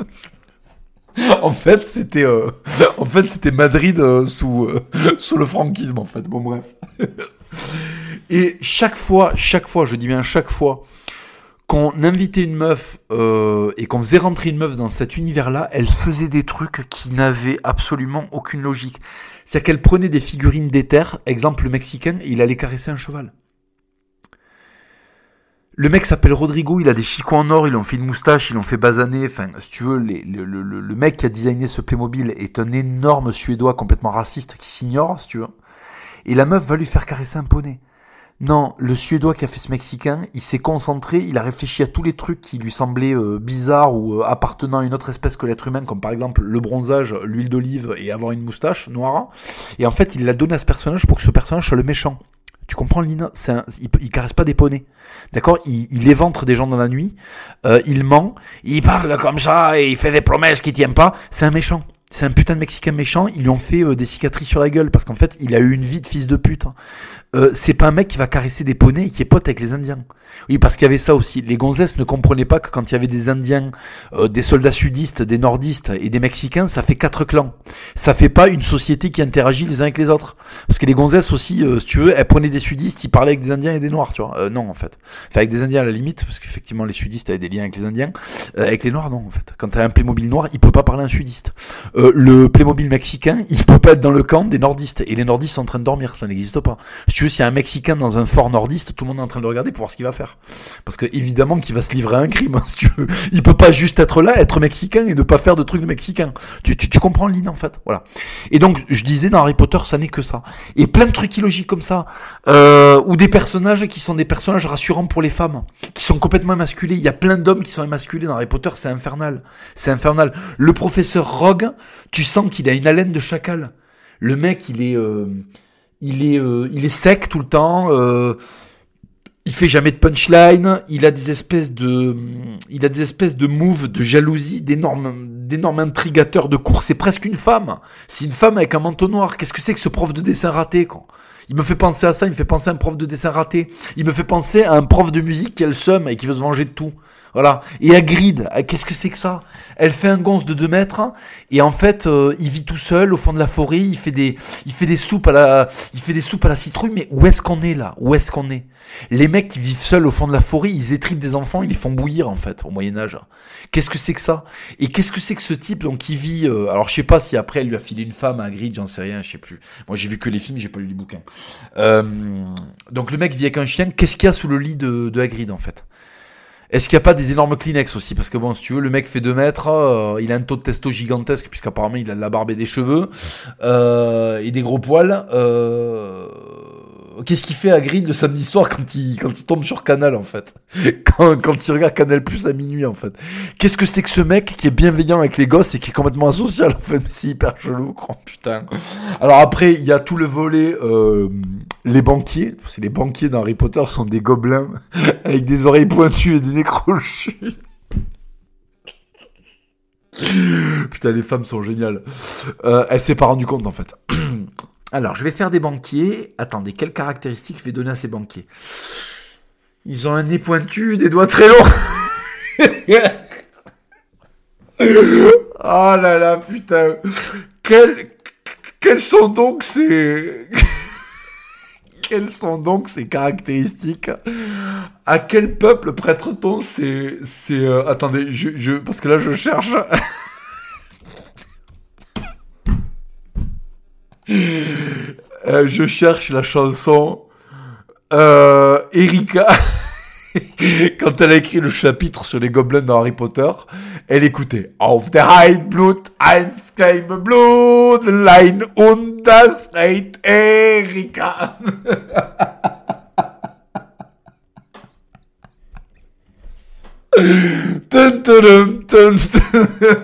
En fait, c'était, euh, en fait, c'était Madrid euh, sous, euh, sous le franquisme, en fait. Bon, bref. Et chaque fois, chaque fois, je dis bien chaque fois, qu'on invitait une meuf euh, et qu'on faisait rentrer une meuf dans cet univers-là, elle faisait des trucs qui n'avaient absolument aucune logique. C'est qu'elle prenait des figurines d'éther, exemple le Mexicain, et il allait caresser un cheval. Le mec s'appelle Rodrigo, il a des chicots en or, ils l'ont fait une moustache, ils l'ont fait basaner. Enfin, si tu veux, les, le, le, le mec qui a designé ce Playmobil est un énorme Suédois complètement raciste qui s'ignore, si tu veux. Et la meuf va lui faire caresser un poney. Non, le Suédois qui a fait ce Mexicain, il s'est concentré, il a réfléchi à tous les trucs qui lui semblaient euh, bizarres ou euh, appartenant à une autre espèce que l'être humain, comme par exemple le bronzage, l'huile d'olive et avoir une moustache noire. Et en fait, il l'a donné à ce personnage pour que ce personnage soit le méchant. Tu comprends, Lina? C'est un, il, il caresse pas des poneys. D'accord? Il, il éventre des gens dans la nuit, euh, il ment, il parle comme ça et il fait des promesses qu'il tient pas. C'est un méchant. C'est un putain de Mexicain méchant. Ils lui ont fait euh, des cicatrices sur la gueule parce qu'en fait, il a eu une vie de fils de pute. Euh, c'est pas un mec qui va caresser des poneys et qui est pote avec les Indiens. Oui, parce qu'il y avait ça aussi. Les gonzesses ne comprenaient pas que quand il y avait des Indiens, euh, des soldats sudistes, des nordistes et des Mexicains, ça fait quatre clans. Ça fait pas une société qui interagit les uns avec les autres. Parce que les gonzesses aussi, euh, si tu veux, elles prenaient des sudistes, ils parlaient avec des Indiens et des Noirs, tu vois. Euh, non, en fait. Enfin, avec des Indiens à la limite, parce qu'effectivement, les sudistes avaient des liens avec les Indiens. Euh, avec les Noirs, non, en fait. Quand t'as un Playmobil noir, il peut pas parler à un sudiste. Euh, le Playmobil mexicain, il peut pas être dans le camp des nordistes. Et les nordistes sont en train de dormir, ça n'existe pas. Si tu veux, s'il y a un Mexicain dans un fort nordiste, tout le monde est en train de le regarder pour voir ce qu'il va faire. Parce que évidemment qu'il va se livrer à un crime, hein, si tu veux. Il peut pas juste être là, être mexicain et ne pas faire de trucs de mexicain. Tu, tu, tu comprends l'idée en fait, voilà. Et donc je disais dans Harry Potter, ça n'est que ça. Et plein de trucs illogiques comme ça, euh, ou des personnages qui sont des personnages rassurants pour les femmes, qui sont complètement émasculés. Il y a plein d'hommes qui sont émasculés dans Harry Potter, c'est infernal, c'est infernal. Le professeur Rogue, tu sens qu'il a une haleine de chacal. Le mec, il est, euh, il est, euh, il est sec tout le temps. Euh, Il fait jamais de punchline, il a des espèces de, il a des espèces de moves de jalousie, d'énormes, d'énormes intrigateurs de cours. C'est presque une femme. C'est une femme avec un manteau noir. Qu'est-ce que c'est que ce prof de dessin raté, quoi? Il me fait penser à ça, il me fait penser à un prof de dessin raté. Il me fait penser à un prof de musique qui a le seum et qui veut se venger de tout. Voilà. Et Hagrid, qu'est-ce que c'est que ça? Elle fait un gonze de deux mètres et en fait, euh, il vit tout seul au fond de la forêt. Il fait des, il fait des soupes à la, il fait des soupes à la citrouille. Mais où est-ce qu'on est là? Où est-ce qu'on est? Les mecs qui vivent seuls au fond de la forêt, ils étripent des enfants, ils les font bouillir en fait au Moyen Âge. Qu'est-ce que c'est que ça? Et qu'est-ce que c'est que ce type donc qui vit euh, alors je sais pas si après elle lui a filé une femme à Hagrid, j'en sais rien, je sais plus. Moi j'ai vu que les films, j'ai pas lu les bouquins. Euh, donc le mec vit avec un chien. Qu'est-ce qu'il y a sous le lit de, de Hagrid en fait? Est-ce qu'il n'y a pas des énormes Kleenex aussi? Parce que bon, si tu veux, le mec fait deux mètres, euh, il a un taux de testo gigantesque, puisqu'apparemment il a de la barbe et des cheveux, euh, et des gros poils. Euh... Qu'est-ce qu'il fait Hagrid le samedi soir quand il, quand il tombe sur Canal, en fait? Quand, quand il regarde Canal Plus à minuit, en fait. Qu'est-ce que c'est que ce mec qui est bienveillant avec les gosses et qui est complètement asocial, en fait? C'est hyper chelou, quoi, putain. Alors après, il y a tout le volet, euh, les banquiers. C'est les banquiers dans Harry Potter sont des gobelins avec des oreilles pointues et des nez crochus. Putain, les femmes sont géniales. Euh, elle s'est pas rendue compte, en fait. Alors, je vais faire des banquiers. Attendez, quelles caractéristiques je vais donner à ces banquiers? Ils ont un nez pointu, des doigts très longs. Oh là là, putain. Quels, quels sont donc ces... Quelles sont donc ces caractéristiques? À quel peuple prête-t-on ces... ces euh, attendez, je, je... Parce que là, je cherche... euh, je cherche la chanson... Euh, Erika... Quand elle a écrit le chapitre sur les gobelins dans Harry Potter, elle écoutait Auf der Heidblut, eins kein Blutlein und das Reit Erika. Tun, tun, tun, tun.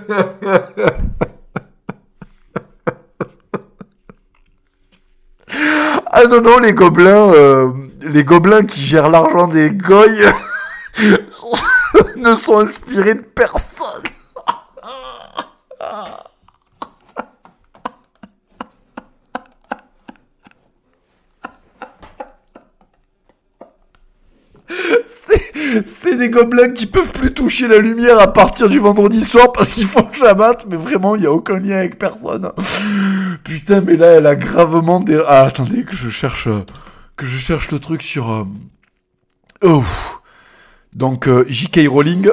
Ah non, non, les gobelins, euh, les gobelins qui gèrent l'argent des goyes ne sont inspirés de personne. C'est, c'est des gobelins qui peuvent plus toucher la lumière à partir du vendredi soir parce qu'ils font Shabbat, mais vraiment, il n'y a aucun lien avec personne. Putain, mais là, elle a gravement des... Ah, attendez, que je cherche, euh, que je cherche le truc sur... Euh... Oh. Donc, euh, J K. Rowling...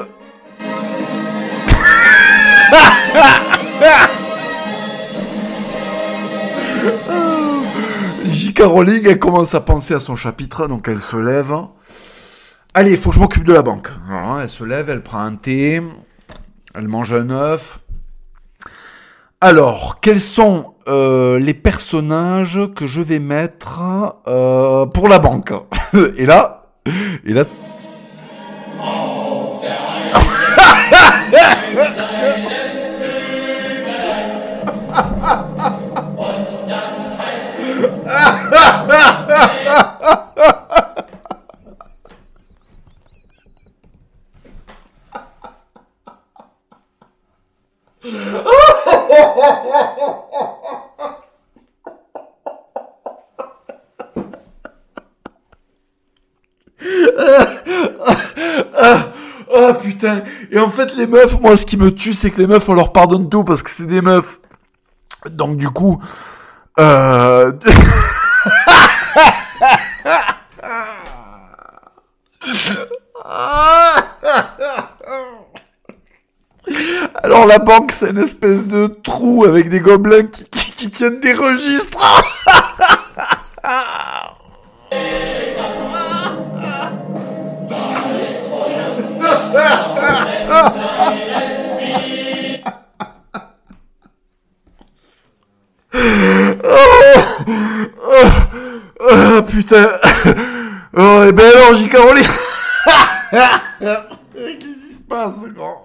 J K. Rowling, elle commence à penser à son chapitre, donc elle se lève... Allez, il faut que je m'occupe de la banque. Alors, elle se lève, elle prend un thé, elle mange un œuf. Alors, quels sont euh, les personnages que je vais mettre euh, pour la banque? Et là, et là. Ah putain. Et en fait les meufs, moi ce qui me tue c'est que les meufs on leur pardonne tout parce que c'est des meufs. Donc du coup euh... Alors la banque c'est une espèce de trou avec des gobelins qui, qui, qui tiennent des registres. Oh, oh, oh, putain. Oh, et ben alors, J K. Rowling. Qu'est-ce qui se passe, grand?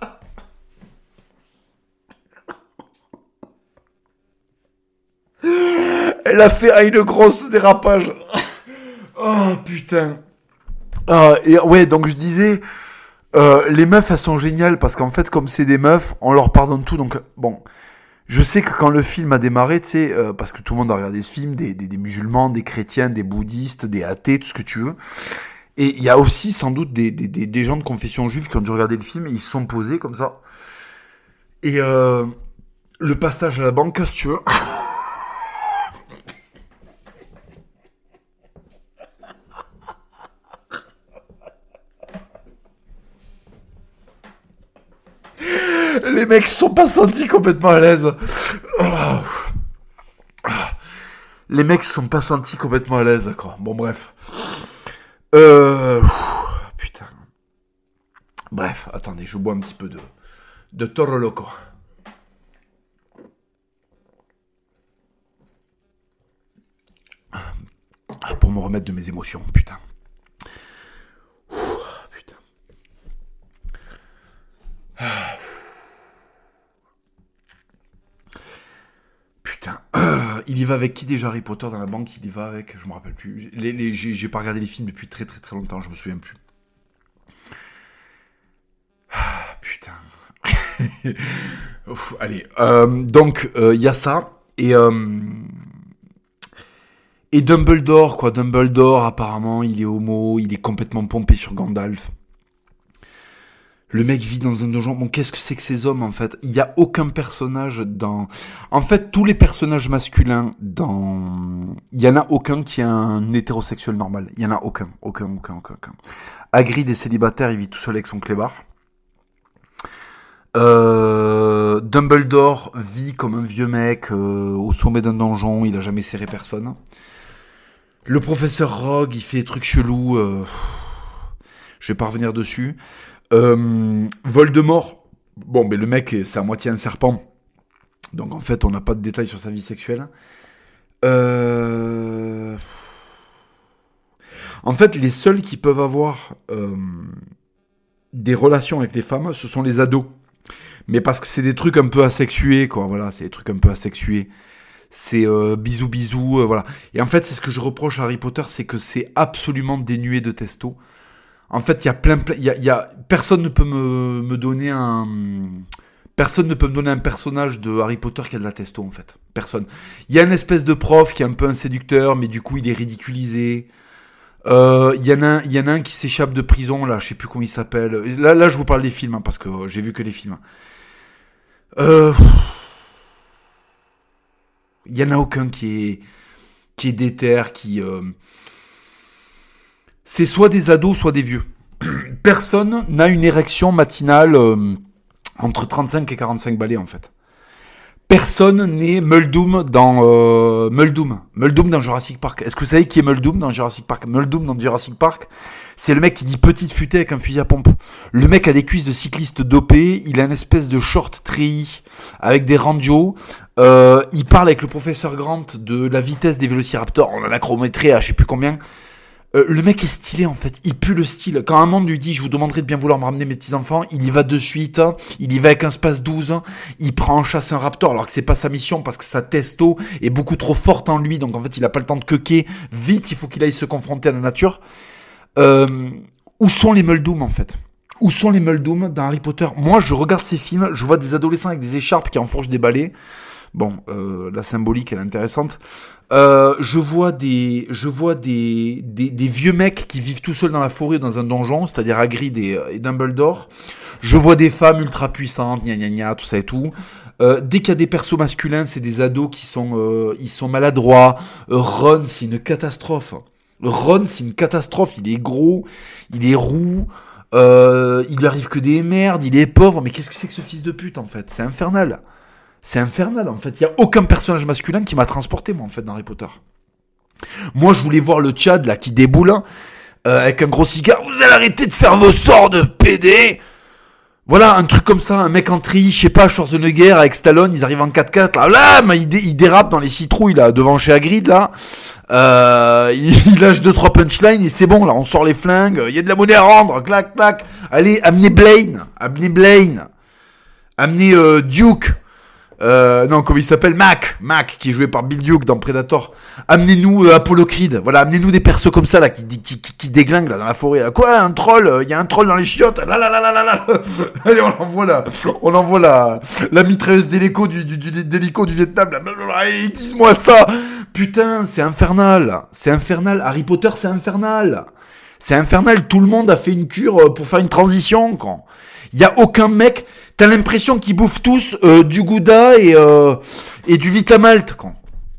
Elle a fait une grosse dérapage. Oh, putain. Ah, et ouais, donc je disais, euh, les meufs, elles sont géniales parce qu'en fait, comme c'est des meufs, on leur pardonne tout. Donc, bon, je sais que quand le film a démarré, tu sais, euh, parce que tout le monde a regardé ce film, des, des, des musulmans, des chrétiens, des bouddhistes, des athées, tout ce que tu veux. Et il y a aussi sans doute des, des, des, des gens de confession juive qui ont dû regarder le film et ils se sont posés comme ça. Et euh, le passage à la banque, si tu veux... Les mecs se sont pas sentis complètement à l'aise. Les mecs se sont pas sentis complètement à l'aise, d'accord. Bon, bref. Euh... Putain. Bref, attendez, je bois un petit peu de... de Toro Loco. Pour me remettre de mes émotions, putain. Putain. Putain, euh, il y va avec qui déjà Harry Potter dans la banque? Il y va avec, je me rappelle plus. Les, les, j'ai, j'ai pas regardé les films depuis très très très longtemps, je me souviens plus. Ah, putain. Ouf, allez, euh, donc il euh, y a ça et euh, et Dumbledore quoi. Dumbledore apparemment il est homo, il est complètement pompé sur Gandalf. Le mec vit dans un donjon. Bon, qu'est-ce que c'est que ces hommes, en fait? Il y a aucun personnage dans... En fait, tous les personnages masculins dans... Il y en a aucun qui est un hétérosexuel normal. Il y en a aucun. Aucun, aucun, aucun, aucun. Hagrid est célibataire, il vit tout seul avec son clébard. Euh... Dumbledore vit comme un vieux mec euh, au sommet d'un donjon. Il a jamais serré personne. Le professeur Rogue, il fait des trucs chelous. Euh... Je vais pas revenir dessus. Euh, Voldemort, bon, mais le mec, c'est à moitié un serpent. Donc, en fait, on n'a pas de détails sur sa vie sexuelle. Euh... En fait, les seuls qui peuvent avoir euh, des relations avec les femmes, ce sont les ados. Mais parce que c'est des trucs un peu asexués, quoi. Voilà, c'est des trucs un peu asexués. C'est euh, bisous, bisous, euh, voilà. Et en fait, c'est ce que je reproche à Harry Potter, c'est que c'est absolument dénué de testo. En fait, il y a plein, plein, il y a, il y a, personne ne peut me, me donner un, personne ne peut me donner un personnage de Harry Potter qui a de la testo, en fait. Personne. Il y a une espèce de prof qui est un peu un séducteur, mais du coup, il est ridiculisé. Euh, il y en a un, il y en a un qui s'échappe de prison, là, je sais plus comment il s'appelle. Là, là, je vous parle des films, hein, parce que j'ai vu que les films. Euh, il y en a aucun qui est, qui est déter, qui, euh, c'est soit des ados, soit des vieux. Personne n'a une érection matinale euh, entre trente-cinq et quarante-cinq balais, en fait. Personne n'est Muldoon dans euh, Muldoon. Muldoon dans Jurassic Park. Est-ce que vous savez qui est Muldoon dans Jurassic Park? Muldoon dans Jurassic Park, c'est le mec qui dit petite futée avec un fusil à pompe. Le mec a des cuisses de cycliste dopé, il a une espèce de short treillis avec des randios. Euh, il parle avec le professeur Grant de la vitesse des vélociraptors. On a la chronométrée à je sais plus combien. Euh, le mec est stylé, en fait, il pue le style. Quand un monde lui dit je vous demanderai de bien vouloir me ramener mes petits enfants, il y va de suite, il y va avec un space douze, il prend en chasse un raptor alors que c'est pas sa mission parce que sa testo est beaucoup trop forte en lui, donc en fait il a pas le temps de quequer, vite il faut qu'il aille se confronter à la nature. Euh, où sont les Muldoon, en fait? Où sont les Muldoon dans Harry Potter? Moi je regarde ces films, je vois des adolescents avec des écharpes qui enfourchent des balais. Bon, euh, la symbolique elle est intéressante. Euh, je vois des, je vois des, des, des vieux mecs qui vivent tout seuls dans la forêt dans un donjon, c'est-à-dire Hagrid et, et Dumbledore. Je vois des femmes ultra puissantes, gna gna gna, tout ça et tout. Euh, dès qu'il y a des persos masculins, c'est des ados qui sont, euh, ils sont maladroits. Euh, Ron, c'est une catastrophe. Ron, c'est une catastrophe. Il est gros, il est roux. Euh, il lui arrive que des merdes. Il est pauvre. Mais qu'est-ce que c'est que ce fils de pute, en fait? C'est infernal. C'est infernal, en fait. Il n'y a aucun personnage masculin qui m'a transporté, moi, en fait, dans Harry Potter. Moi, je voulais voir le Tchad, là, qui déboule, hein, euh, avec un gros cigare. Vous allez arrêter de faire vos sorts de pédés. Voilà, un truc comme ça, un mec en tri, je sais pas, Schwarzenegger avec Stallone, ils arrivent en quatre-quatre, là, là, mais il, dé, il dérape dans les citrouilles, là, devant chez Hagrid, là. Euh, il, il lâche deux, trois punchlines, et c'est bon, là, on sort les flingues, il y a de la monnaie à rendre, clac, clac. Allez, amenez Blaine, amenez Blaine. Amenez, euh, Duke. Euh, non, comment il s'appelle? Mac, Mac, qui est joué par Bill Duke dans Predator. Amenez-nous euh, Apollo Creed. Voilà, amenez-nous des persos comme ça là, qui, qui, qui, qui déglinguent là dans la forêt. Quoi, un troll? Il y a un troll dans les chiottes. Là, là, là, là, là, là. Allez, on envoie la, on envoie la, la mitrailleuse d'hélico du, du, du, d'hélico du Vietnam. Là. Allez, dis-moi ça. Putain, c'est infernal. C'est infernal. Harry Potter, c'est infernal. C'est infernal. Tout le monde a fait une cure pour faire une transition, quand. Il y a aucun mec. T'as l'impression qu'ils bouffent tous euh, du Gouda et, euh, et du Vitamalt, quand.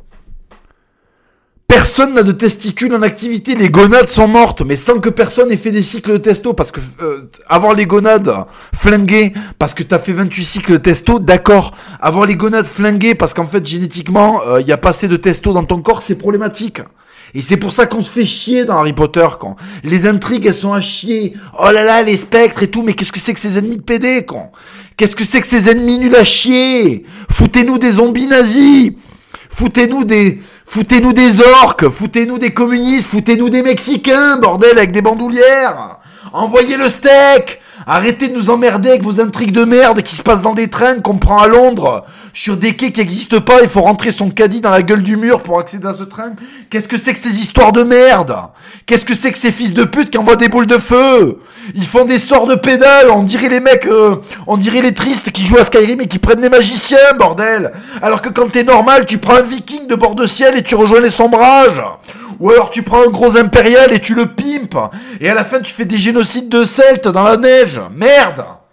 Personne n'a de testicules en activité. Les gonades sont mortes, mais sans que personne ait fait des cycles de testo. Parce que euh, avoir les gonades flinguées, parce que t'as fait vingt-huit cycles de testo, d'accord. Avoir les gonades flinguées, parce qu'en fait, génétiquement, il euh, y a pas assez de testo dans ton corps, c'est problématique. Et c'est pour ça qu'on se fait chier dans Harry Potter, quand. Les intrigues, elles sont à chier. Oh là là, les spectres et tout, mais qu'est-ce que c'est que ces ennemis de pédés, quand? Qu'est-ce que c'est que ces ennemis nuls à chier? Foutez-nous des zombies nazis. Foutez-nous des, foutez-nous des orques. Foutez-nous des communistes. Foutez-nous des Mexicains, bordel, avec des bandoulières. Envoyez le steak. Arrêtez de nous emmerder avec vos intrigues de merde qui se passent dans des trains qu'on prend à Londres, sur des quais qui n'existent pas, il faut rentrer son caddie dans la gueule du mur pour accéder à ce train. Qu'est-ce que c'est que ces histoires de merde? Qu'est-ce que c'est que ces fils de pute qui envoient des boules de feu? Ils font des sorts de pédales, on dirait les mecs, euh, on dirait les tristes qui jouent à Skyrim et qui prennent des magiciens, bordel. Alors que quand t'es normal, tu prends un viking de bord de ciel et tu rejoins les sombrages. Ou alors tu prends un gros impérial et tu le pimpes. Et à la fin tu fais des génocides de Celtes dans la neige. Merde.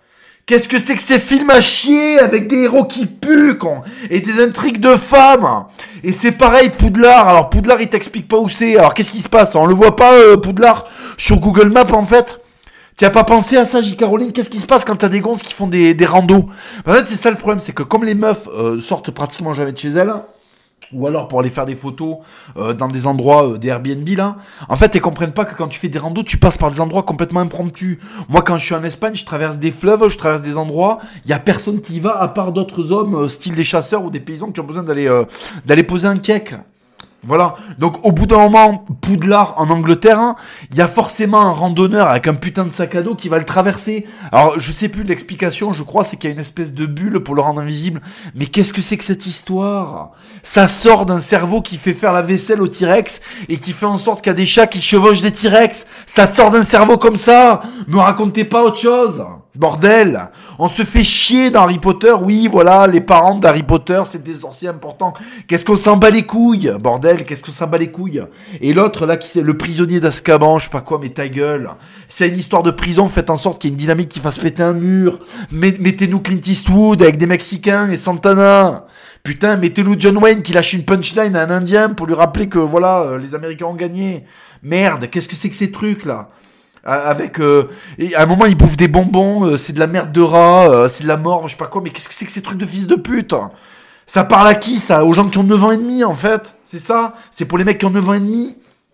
Qu'est-ce que c'est que ces films à chier avec des héros qui puent, con, et des intrigues de femmes? Et c'est pareil, Poudlard. Alors Poudlard, il t'explique pas où c'est. Alors qu'est-ce qui se passe? On le voit pas, euh, Poudlard, sur Google Maps, en fait? Tu as pas pensé à ça, J. Caroline? Qu'est-ce qui se passe quand t'as des gonzes qui font des, des randos? En fait, c'est ça le problème, c'est que comme les meufs euh, sortent pratiquement jamais de chez elles, ou alors pour aller faire des photos euh, dans des endroits, euh, des Airbnb là, en fait, elles comprennent pas que quand tu fais des randos, tu passes par des endroits complètement impromptus. Moi, quand je suis en Espagne, je traverse des fleuves, je traverse des endroits, il y a personne qui y va à part d'autres hommes, euh, style des chasseurs ou des paysans qui ont besoin d'aller euh, d'aller poser un cake. Voilà, donc au bout d'un moment, Poudlard en Angleterre, hein, il y a forcément un randonneur avec un putain de sac à dos qui va le traverser. Alors je sais plus l'explication, je crois, c'est qu'il y a une espèce de bulle pour le rendre invisible. Mais qu'est-ce que c'est que cette histoire? Ça sort d'un cerveau qui fait faire la vaisselle au T-Rex et qui fait en sorte qu'il y a des chats qui chevauchent des T-Rex. Ça sort d'un cerveau comme ça. Me racontez pas autre chose. Bordel, on se fait chier dans Harry Potter, oui, voilà, les parents d'Harry Potter, c'est des sorciers importants. Qu'est-ce qu'on s'en bat les couilles, bordel, qu'est-ce qu'on s'en bat les couilles? Et l'autre, là, qui c'est le prisonnier d'Azkaban, je sais pas quoi, mais ta gueule. C'est une histoire de prison, faites en sorte qu'il y ait une dynamique qui fasse péter un mur. Mettez-nous Clint Eastwood avec des Mexicains et Santana. Putain, mettez-nous John Wayne qui lâche une punchline à un Indien pour lui rappeler que, voilà, euh, les Américains ont gagné. Merde, qu'est-ce que c'est que ces trucs, là? Avec euh, et à un moment ils bouffent des bonbons, euh, c'est de la merde de rat, euh, c'est de la mort, je sais pas quoi, mais qu'est-ce que c'est que ces trucs de fils de pute? Ça parle à qui ça? Aux gens qui ont neuf ans et demi en fait, c'est ça? C'est pour les mecs qui ont neuf ans et demi?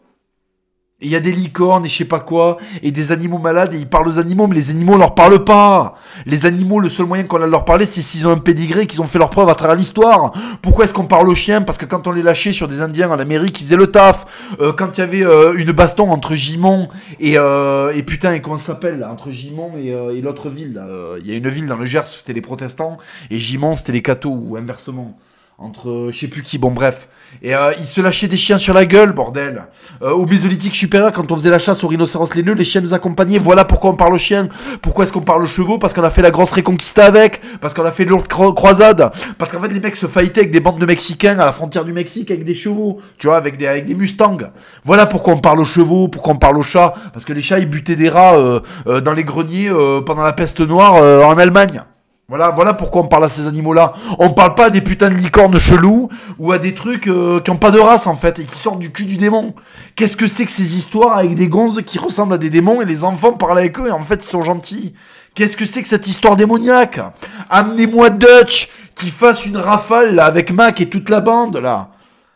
Et il y a des licornes et je sais pas quoi, et des animaux malades, et ils parlent aux animaux, mais les animaux leur parlent pas. Les animaux, le seul moyen qu'on a de leur parler, c'est s'ils ont un pédigré, qu'ils ont fait leur preuve à travers l'histoire. Pourquoi est-ce qu'on parle aux chiens? Parce que quand on les lâchait sur des Indiens en Amérique, ils faisaient le taf. Euh, quand il y avait euh, une baston entre Gimont et, euh, et putain, et comment ça s'appelle là, entre Gimont et, euh, et l'autre ville, là. Il y a une ville dans le Gers où c'était les protestants, et Gimont c'était les cathos, ou inversement. Entre euh, je sais plus qui, bon bref. Et euh, ils se lâchaient des chiens sur la gueule, bordel. Euh, au Mésolithique supérieur, quand on faisait la chasse aux rhinocéros laineux, les chiens nous accompagnaient. Voilà pourquoi on parle aux chiens. Pourquoi est-ce qu'on parle aux chevaux? Parce qu'on a fait la grosse Reconquista avec. Parce qu'on a fait l'autre cro- croisade. Parce qu'en fait, les mecs se fightaient avec des bandes de Mexicains à la frontière du Mexique avec des chevaux. Tu vois, avec des, avec des Mustangs. Voilà pourquoi on parle aux chevaux, pourquoi on parle aux chats. Parce que les chats, ils butaient des rats euh, euh, dans les greniers euh, pendant la peste noire euh, en Allemagne. Voilà, voilà pourquoi on parle à ces animaux-là. On parle pas à des putains de licornes chelous ou à des trucs euh, qui ont pas de race en fait et qui sortent du cul du démon. Qu'est-ce que c'est que ces histoires avec des gonzes qui ressemblent à des démons et les enfants parlent avec eux et en fait ils sont gentils? Qu'est-ce que c'est que cette histoire démoniaque? Amenez-moi Dutch qui fasse une rafale là avec Mac et toute la bande là.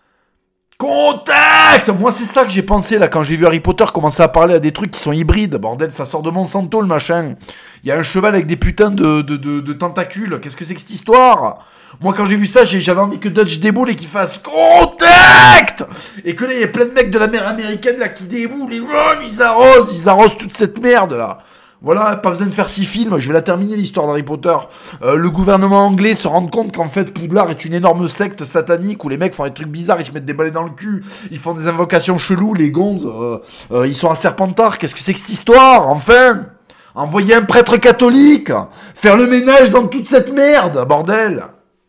Contact! Moi c'est ça que j'ai pensé là quand j'ai vu Harry Potter commencer à parler à des trucs qui sont hybrides. Bordel, ça sort de Monsanto le machin. Il y a un cheval avec des putains de, de, de, de tentacules. Qu'est-ce que c'est que cette histoire? Moi quand j'ai vu ça, j'ai, j'avais envie que Dutch déboule et qu'il fasse contact! Et que là il y a plein de mecs de la mer américaine là qui déboulent et oh, ils arrosent, ils arrosent toute cette merde là. Voilà, pas besoin de faire six films, je vais la terminer l'histoire d'Harry Potter. Euh, le gouvernement anglais se rend compte qu'en fait Poudlard est une énorme secte satanique où les mecs font des trucs bizarres, ils se mettent des balais dans le cul, ils font des invocations cheloues, les gonzes, euh, euh, ils sont à Serpentard, qu'est-ce que c'est que cette histoire, enfin? Envoyer un prêtre catholique, faire le ménage dans toute cette merde, bordel.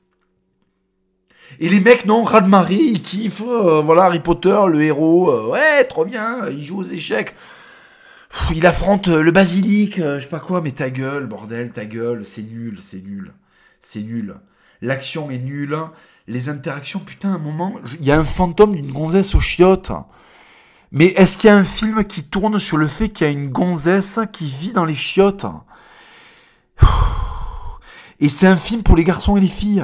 Et les mecs, non, raz de marée, ils kiffent, euh, voilà, Harry Potter, le héros, euh, ouais, trop bien, il joue aux échecs. Pff, il affronte le basilic, euh, je sais pas quoi, mais ta gueule, bordel, ta gueule, c'est nul, c'est nul, c'est nul. L'action est nulle, les interactions, putain, à un moment, il y a un fantôme d'une gonzesse aux chiottes. Mais est-ce qu'il y a un film qui tourne sur le fait qu'il y a une gonzesse qui vit dans les chiottes? Et c'est un film pour les garçons et les filles.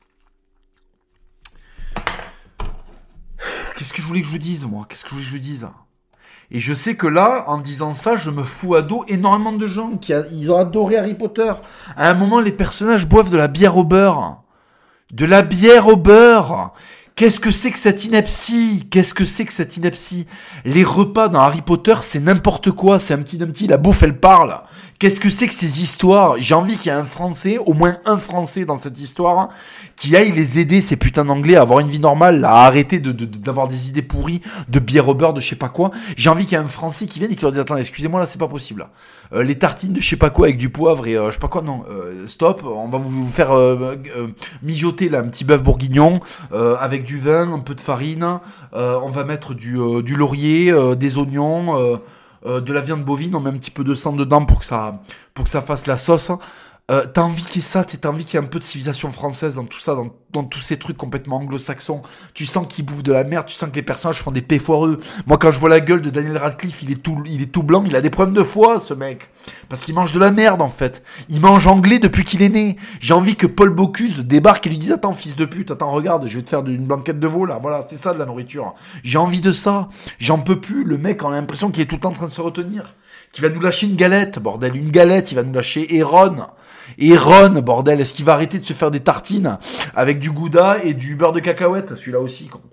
Qu'est-ce que je voulais que je vous dise, moi? Qu'est-ce que je voulais que je vous dise? Et je sais que là, en disant ça, je me fous à dos énormément de gens qui a, ils ont adoré Harry Potter. À un moment, les personnages boivent de la bière au beurre. De la bière au beurre. Qu'est-ce que c'est que cette ineptie? Qu'est-ce que c'est que cette ineptie? Les repas dans Harry Potter, c'est n'importe quoi. C'est un petit d'un petit, la bouffe, elle parle. Qu'est-ce que c'est que ces histoires? J'ai envie qu'il y ait un Français, au moins un Français dans cette histoire, qui aille les aider, ces putains d'anglais, à avoir une vie normale, à arrêter de, de, de, d'avoir des idées pourries, de bière au beurre, de je sais pas quoi. J'ai envie qu'il y ait un Français qui vienne et qui leur dise, attends, excusez-moi, là, c'est pas possible, là. Euh, les tartines de je sais pas quoi avec du poivre et euh, je sais pas quoi, non, euh, stop, on va vous faire euh, euh, mijoter, là, un petit bœuf bourguignon, euh, avec du vin, un peu de farine, euh, on va mettre du, euh, du laurier, euh, des oignons, euh, euh, de la viande bovine, on met un petit peu de sang dedans pour que ça, pour que ça fasse la sauce. Euh, t'as envie qu'il y ait ça, t'as envie qu'il y ait un peu de civilisation française dans tout ça, dans, dans tous ces trucs complètement anglo-saxons. Tu sens qu'ils bouffent de la merde, tu sens que les personnages font des pets foireux. Moi, quand je vois la gueule de Daniel Radcliffe, il est tout, il est tout blanc, il a des problèmes de foie, ce mec. Parce qu'il mange de la merde, en fait. Il mange anglais depuis qu'il est né. J'ai envie que Paul Bocuse débarque et lui dise, attends, fils de pute, attends, regarde, je vais te faire une blanquette de veau, là. Voilà, c'est ça, de la nourriture. J'ai envie de ça. J'en peux plus. Le mec, on a l'impression qu'il est tout le temps en train de se retenir. Qu'il va nous lâcher une galette, bordel. Une galette, il va nous lâcher. Et Ron. Et Ron, bordel, est-ce qu'il va arrêter de se faire des tartines avec du gouda et du beurre de cacahuète, celui-là aussi, quoi.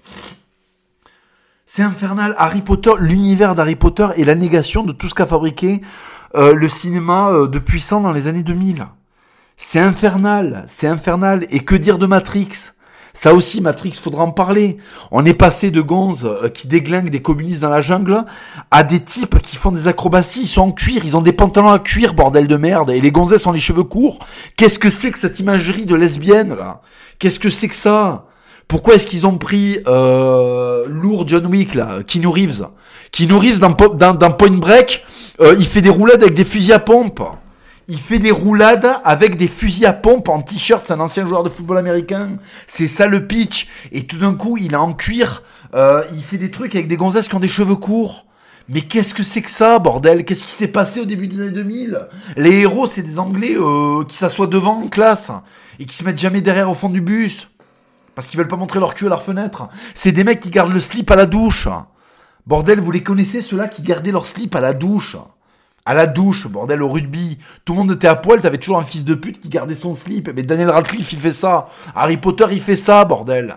C'est infernal. Harry Potter, l'univers d'Harry Potter est la négation de tout ce qu'a fabriqué euh, le cinéma euh, de puissant dans les années deux mille. C'est infernal, c'est infernal. Et que dire de Matrix ? Ça aussi, Matrix, faudra en parler. On est passé de gonzes euh, qui déglinguent des communistes dans la jungle à des types qui font des acrobaties. Ils sont en cuir, ils ont des pantalons à cuir, bordel de merde. Et les gonzesses ont les cheveux courts. Qu'est-ce que c'est que cette imagerie de lesbienne, là ? Qu'est-ce que c'est que ça ? Pourquoi est-ce qu'ils ont pris euh, lourd John Wick, là, Keanu Reeves ? Keanu Reeves, dans, dans, dans Point Break, euh, il fait des roulades avec des fusils à pompe. Il fait des roulades avec des fusils à pompe en t-shirt, c'est un ancien joueur de football américain. C'est ça le pitch. Et tout d'un coup, il est en cuir, euh, il fait des trucs avec des gonzesses qui ont des cheveux courts. Mais qu'est-ce que c'est que ça, bordel ? Qu'est-ce qui s'est passé au début des années deux mille ? Les héros, c'est des Anglais euh, qui s'assoient devant en classe et qui se mettent jamais derrière au fond du bus. Parce qu'ils veulent pas montrer leur cul à leur fenêtre. C'est des mecs qui gardent le slip à la douche. Bordel, vous les connaissez, ceux-là qui gardaient leur slip à la douche ? À la douche, bordel, au rugby. Tout le monde était à poil, t'avais toujours un fils de pute qui gardait son slip. Mais Daniel Radcliffe, il fait ça. Harry Potter, il fait ça, bordel.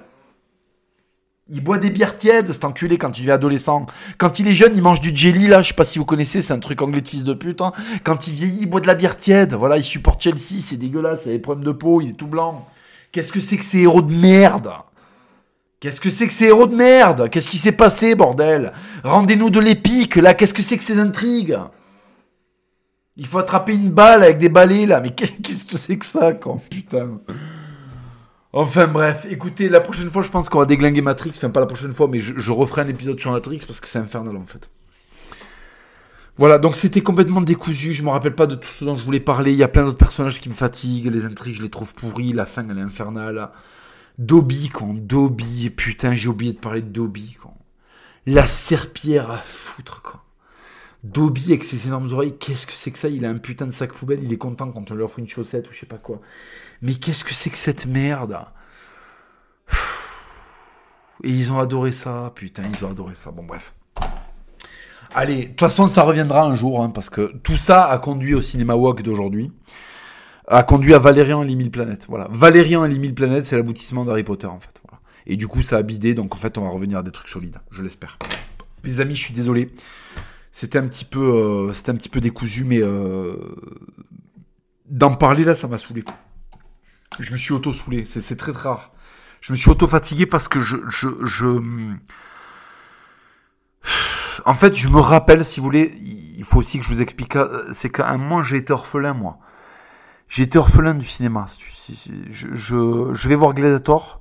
Il boit des bières tièdes, cet enculé, quand il est adolescent. Quand il est jeune, il mange du jelly, là. Je sais pas si vous connaissez, c'est un truc anglais de fils de pute. Hein. Quand il vieillit, il boit de la bière tiède. Voilà, il supporte Chelsea, c'est dégueulasse, il a des problèmes de peau, il est tout blanc. Qu'est-ce que c'est que ces héros de merde ? Qu'est-ce que c'est que ces héros de merde ? Qu'est-ce qui s'est passé, bordel ? Rendez-nous de l'épique, là. Qu'est-ce que c'est que ces intrigues ? Il faut attraper une balle avec des balais, là. Mais qu'est-ce que c'est que ça, quand putain. Enfin, bref. Écoutez, la prochaine fois, je pense qu'on va déglinguer Matrix. Enfin, pas la prochaine fois, mais je, je referai un épisode sur Matrix parce que c'est infernal, en fait. Voilà, donc c'était complètement décousu. Je me rappelle pas de tout ce dont je voulais parler. Il y a plein d'autres personnages qui me fatiguent. Les intrigues, je les trouve pourries. La fin, elle est infernale. Dobby, quoi. Dobby. Putain, j'ai oublié de parler de Dobby, quoi. La serpillère à foutre, quoi. Dobby avec ses énormes oreilles, qu'est-ce que c'est que ça ? Il a un putain de sac poubelle, il est content quand on lui offre une chaussette ou je sais pas quoi. Mais qu'est-ce que c'est que cette merde ? Et ils ont adoré ça, putain, ils ont adoré ça. Bon, bref. Allez, de toute façon, ça reviendra un jour, hein, parce que tout ça a conduit au Cinéma Walk d'aujourd'hui, a conduit à Valérian et les mille planètes. Voilà, Valérian et les mille planètes, c'est l'aboutissement d'Harry Potter, en fait. Voilà. Et du coup, ça a bidé, donc en fait, on va revenir à des trucs solides, je l'espère. Les amis, je suis désolé. C'était un petit peu, euh, c'était un petit peu décousu, mais euh, d'en parler là, ça m'a saoulé. Je me suis auto-saoulé, c'est, c'est très, très rare. Je me suis auto-fatigué parce que je, je, je... En fait, je me rappelle, si vous voulez, il faut aussi que je vous explique, c'est qu'à un moment, j'ai été orphelin, moi. J'ai été orphelin du cinéma. Je, je, je vais voir Gladiator.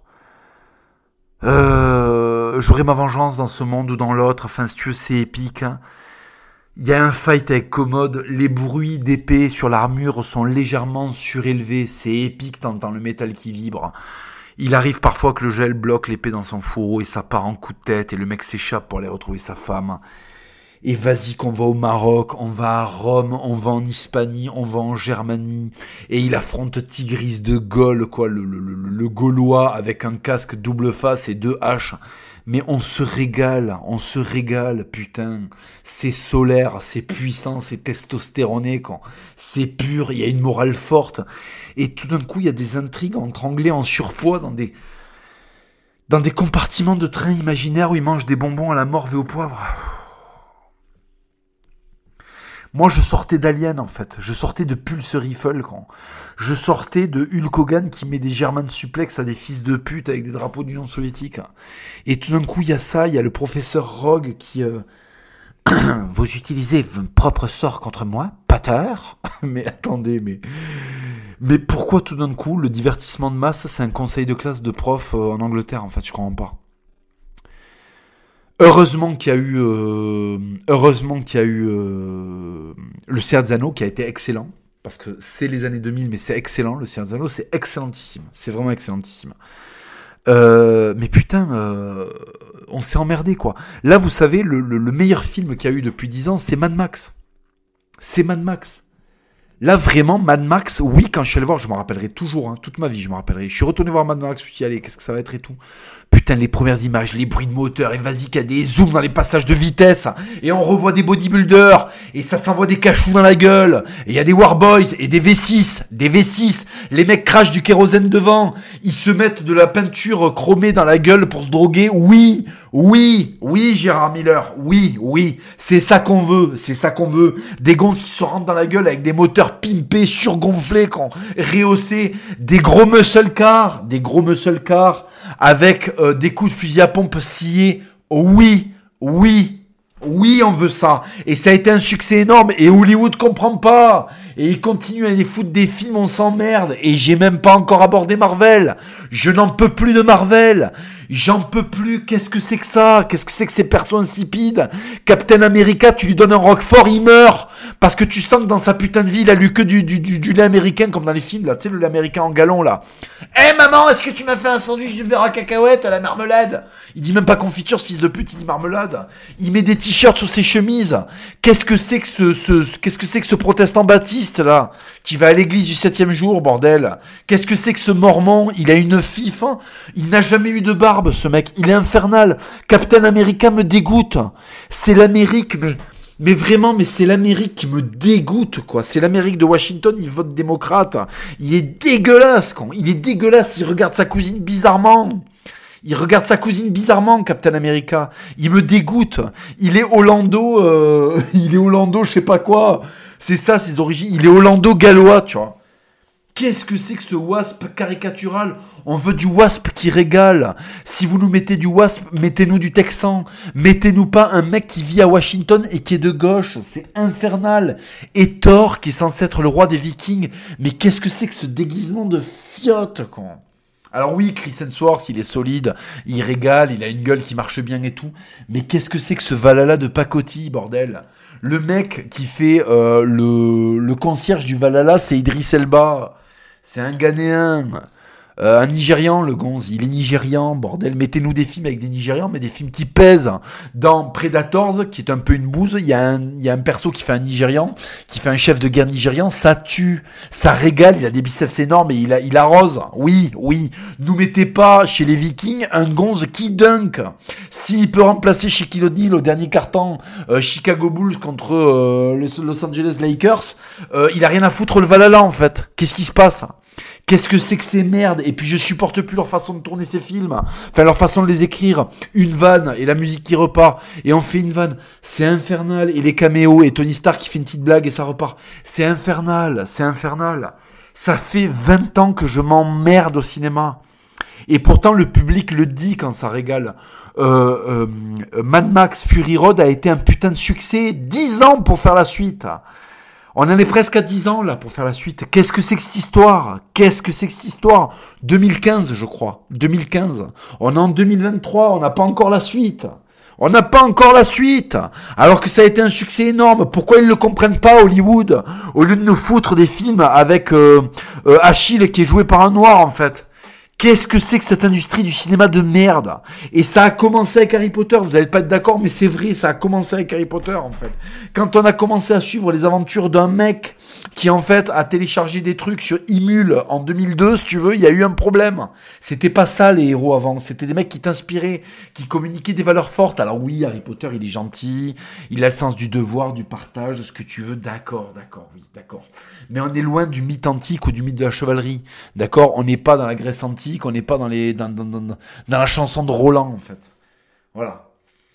Euh, j'aurai ma vengeance dans ce monde ou dans l'autre. Enfin, si tu veux, c'est épique, hein. Il y a un fight avec Commode, les bruits d'épée sur l'armure sont légèrement surélevés, c'est épique, t'entends le métal qui vibre. Il arrive parfois que le gel bloque l'épée dans son fourreau et ça part en coup de tête et le mec s'échappe pour aller retrouver sa femme. Et vas-y qu'on va au Maroc, on va à Rome, on va en Hispanie, on va en Germanie. Et il affronte Tigris de Gaulle, quoi, le, le, le, le Gaulois avec un casque double face et deux haches. Mais on se régale, on se régale, putain. C'est solaire, c'est puissant, c'est testostéroné, quoi. C'est pur, il y a une morale forte. Et tout d'un coup, il y a des intrigues entre Anglais en surpoids dans des, dans des compartiments de train imaginaires où ils mangent des bonbons à la morve et au poivre. Moi, je sortais d'Alien, en fait. Je sortais de Pulse Rifle, quand. Je sortais de Hulk Hogan qui met des German suplex à des fils de pute avec des drapeaux d'Union soviétique. Et tout d'un coup, il y a ça, il y a le professeur Rogue qui... Euh... Vous utilisez votre propre sort contre moi, Potter ? Mais attendez, mais... Mais pourquoi tout d'un coup, le divertissement de masse, c'est un conseil de classe de prof euh, en Angleterre, en fait, je comprends pas. Heureusement qu'il y a eu, euh, heureusement qu'il y a eu euh, le Seigneur des Anneaux qui a été excellent. parce que c'est les années deux mille, mais c'est excellent, Le Seigneur des Anneaux, c'est excellentissime, c'est vraiment excellentissime. Euh, mais putain, euh, on s'est emmerdé, quoi. Là, vous savez, le, le, le meilleur film qu'il y a eu depuis dix ans, c'est Mad Max. C'est Mad Max. Là, vraiment, Mad Max, oui, quand je suis allé voir, je m'en rappellerai toujours, hein, toute ma vie, je m'en rappellerai. Je suis retourné voir Mad Max, je me suis dit, allez, qu'est-ce que ça va être et tout. Putain, les premières images, les bruits de moteur, et vas-y, qu'il y a des zooms dans les passages de vitesse, et on revoit des bodybuilders, et ça s'envoie des cachous dans la gueule, et il y a des Warboys, et des V six, des V six, les mecs crachent du kérosène devant, ils se mettent de la peinture chromée dans la gueule pour se droguer, oui, oui, oui, Gérard Miller, oui, oui, c'est ça qu'on veut, c'est ça qu'on veut, des gonzes qui se rentrent dans la gueule avec des moteurs pimpés, surgonflés, qu'on rehaussés, des gros muscle cars, des gros muscle cars, avec euh, des coups de fusil à pompe sciés, oui, oui, oui, on veut ça. Et ça a été un succès énorme. Et Hollywood comprend pas. Et ils continuent à les foutre des films, on s'emmerde. Et j'ai même pas encore abordé Marvel. Je n'en peux plus de Marvel. J'en peux plus. Qu'est-ce que c'est que ça? Qu'est-ce que c'est que ces persos insipides? Captain America, tu lui donnes un Roquefort, il meurt. Parce que tu sens que dans sa putain de vie, il a lu que du, du, du, du lait américain, comme dans les films, là. Tu sais, le lait américain en galon, là. Eh, hey, maman, est-ce que tu m'as fait un sandwich de beurre à cacahuète à la marmelade? Il dit même pas confiture, ce fils de pute, il dit marmelade. Il met des t-shirts sur ses chemises. Qu'est-ce que c'est que ce, ce, qu'est-ce que c'est que ce protestant baptiste, là, qui va à l'église du septième jour, bordel? Qu'est-ce que c'est que ce mormon? Il a une fif, hein. Il n'a jamais eu de barbe, ce mec. Il est infernal. Captain America me dégoûte. C'est l'Amérique, mais, mais vraiment, mais c'est l'Amérique qui me dégoûte, quoi. C'est l'Amérique de Washington, il vote démocrate. Il est dégueulasse, quoi. Il est dégueulasse. Il regarde sa cousine bizarrement. Il regarde sa cousine bizarrement, Captain America. Il me dégoûte. Il est Hollando, euh, il est Hollando, je sais pas quoi. C'est ça, ses origines. Il est Hollando-gallois, tu vois. Qu'est-ce que c'est que ce wasp caricatural? On veut du wasp qui régale. Si vous nous mettez du wasp, mettez-nous du texan. Mettez-nous pas un mec qui vit à Washington et qui est de gauche. C'est infernal. Et Thor, qui est censé être le roi des Vikings. Mais qu'est-ce que c'est que ce déguisement de fiotte, quoi? Alors oui, Chris Hemsworth, il est solide, il régale, il a une gueule qui marche bien et tout. Mais qu'est-ce que c'est que ce Valhalla de pacotille, bordel? Le mec qui fait euh, le, le concierge du Valhalla, c'est Idris Elba. C'est un Ghanéen. Euh, un Nigérian, le gonze, il est nigérian, bordel. Mettez-nous des films avec des Nigérians, mais des films qui pèsent. Dans Predators, qui est un peu une bouse, il y a un, il y a un perso qui fait un Nigérian, qui fait un chef de guerre nigérian, ça tue, ça régale, il a des biceps énormes et il, a, il arrose. Oui, oui. Nous mettez pas chez les Vikings un gonze qui dunk. S'il peut remplacer Shaquille O'Neal au dernier carton, euh, Chicago Bulls contre euh, les Los Angeles Lakers, euh, il a rien à foutre le Valhalla en fait. Qu'est-ce qui se passe? Qu'est-ce que c'est que ces merdes? Et puis je supporte plus leur façon de tourner ces films. Enfin, leur façon de les écrire. Une vanne et la musique qui repart. Et on fait une vanne. C'est infernal. Et les caméos et Tony Stark qui fait une petite blague et ça repart. C'est infernal. C'est infernal. Ça fait vingt ans que je m'emmerde au cinéma. Et pourtant, le public le dit quand ça régale. Euh, euh, Mad Max Fury Road a été un putain de succès. dix ans pour faire la suite. On en est presque à dix ans, là, pour faire la suite. Qu'est-ce que c'est que cette histoire? Qu'est-ce que c'est que cette histoire? deux mille quinze, je crois. deux mille quinze. On est en deux mille vingt-trois, on n'a pas encore la suite. On n'a pas encore la suite. Alors que ça a été un succès énorme. Pourquoi ils ne le comprennent pas, Hollywood? Au lieu de nous foutre des films avec euh, euh, Achille qui est joué par un noir, en fait. Qu'est-ce que c'est que cette industrie du cinéma de merde? Et ça a commencé avec Harry Potter, vous n'allez pas être d'accord, mais c'est vrai, ça a commencé avec Harry Potter, en fait. Quand on a commencé à suivre les aventures d'un mec qui, en fait, a téléchargé des trucs sur Imul en deux mille deux, si tu veux, il y a eu un problème. C'était pas ça, les héros, avant. C'était des mecs qui t'inspiraient, qui communiquaient des valeurs fortes. Alors oui, Harry Potter, il est gentil, il a le sens du devoir, du partage, de ce que tu veux. D'accord, d'accord, oui, d'accord. Mais on est loin du mythe antique ou du mythe de la chevalerie. D'accord? On n'est pas dans la Grèce antique, on n'est pas dans les dans, dans, dans, dans la chanson de Roland, en fait. Voilà.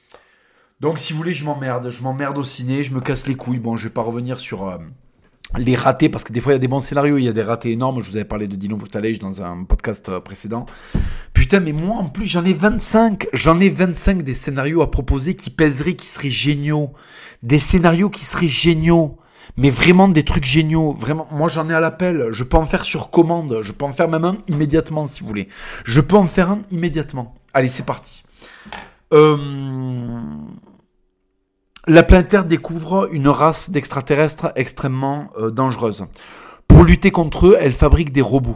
Donc, si vous voulez, je m'emmerde. Je m'emmerde au ciné, je me casse les couilles. Bon, je vais pas revenir sur euh, les ratés, parce que des fois, il y a des bons scénarios, il y a des ratés énormes. Je vous avais parlé de Dino Brutalage dans un podcast euh, précédent. Putain, mais moi, en plus, j'en ai vingt-cinq. J'en ai vingt-cinq des scénarios à proposer qui pèseraient, qui seraient géniaux. Des scénarios qui seraient géniaux. Mais vraiment des trucs géniaux, vraiment, moi j'en ai à l'appel, je peux en faire sur commande, je peux en faire même un immédiatement si vous voulez. Je peux en faire un immédiatement. Allez, c'est parti. Euh... la planète Terre découvre une race d'extraterrestres extrêmement euh, dangereuse. Pour lutter contre eux, elle fabrique des robots.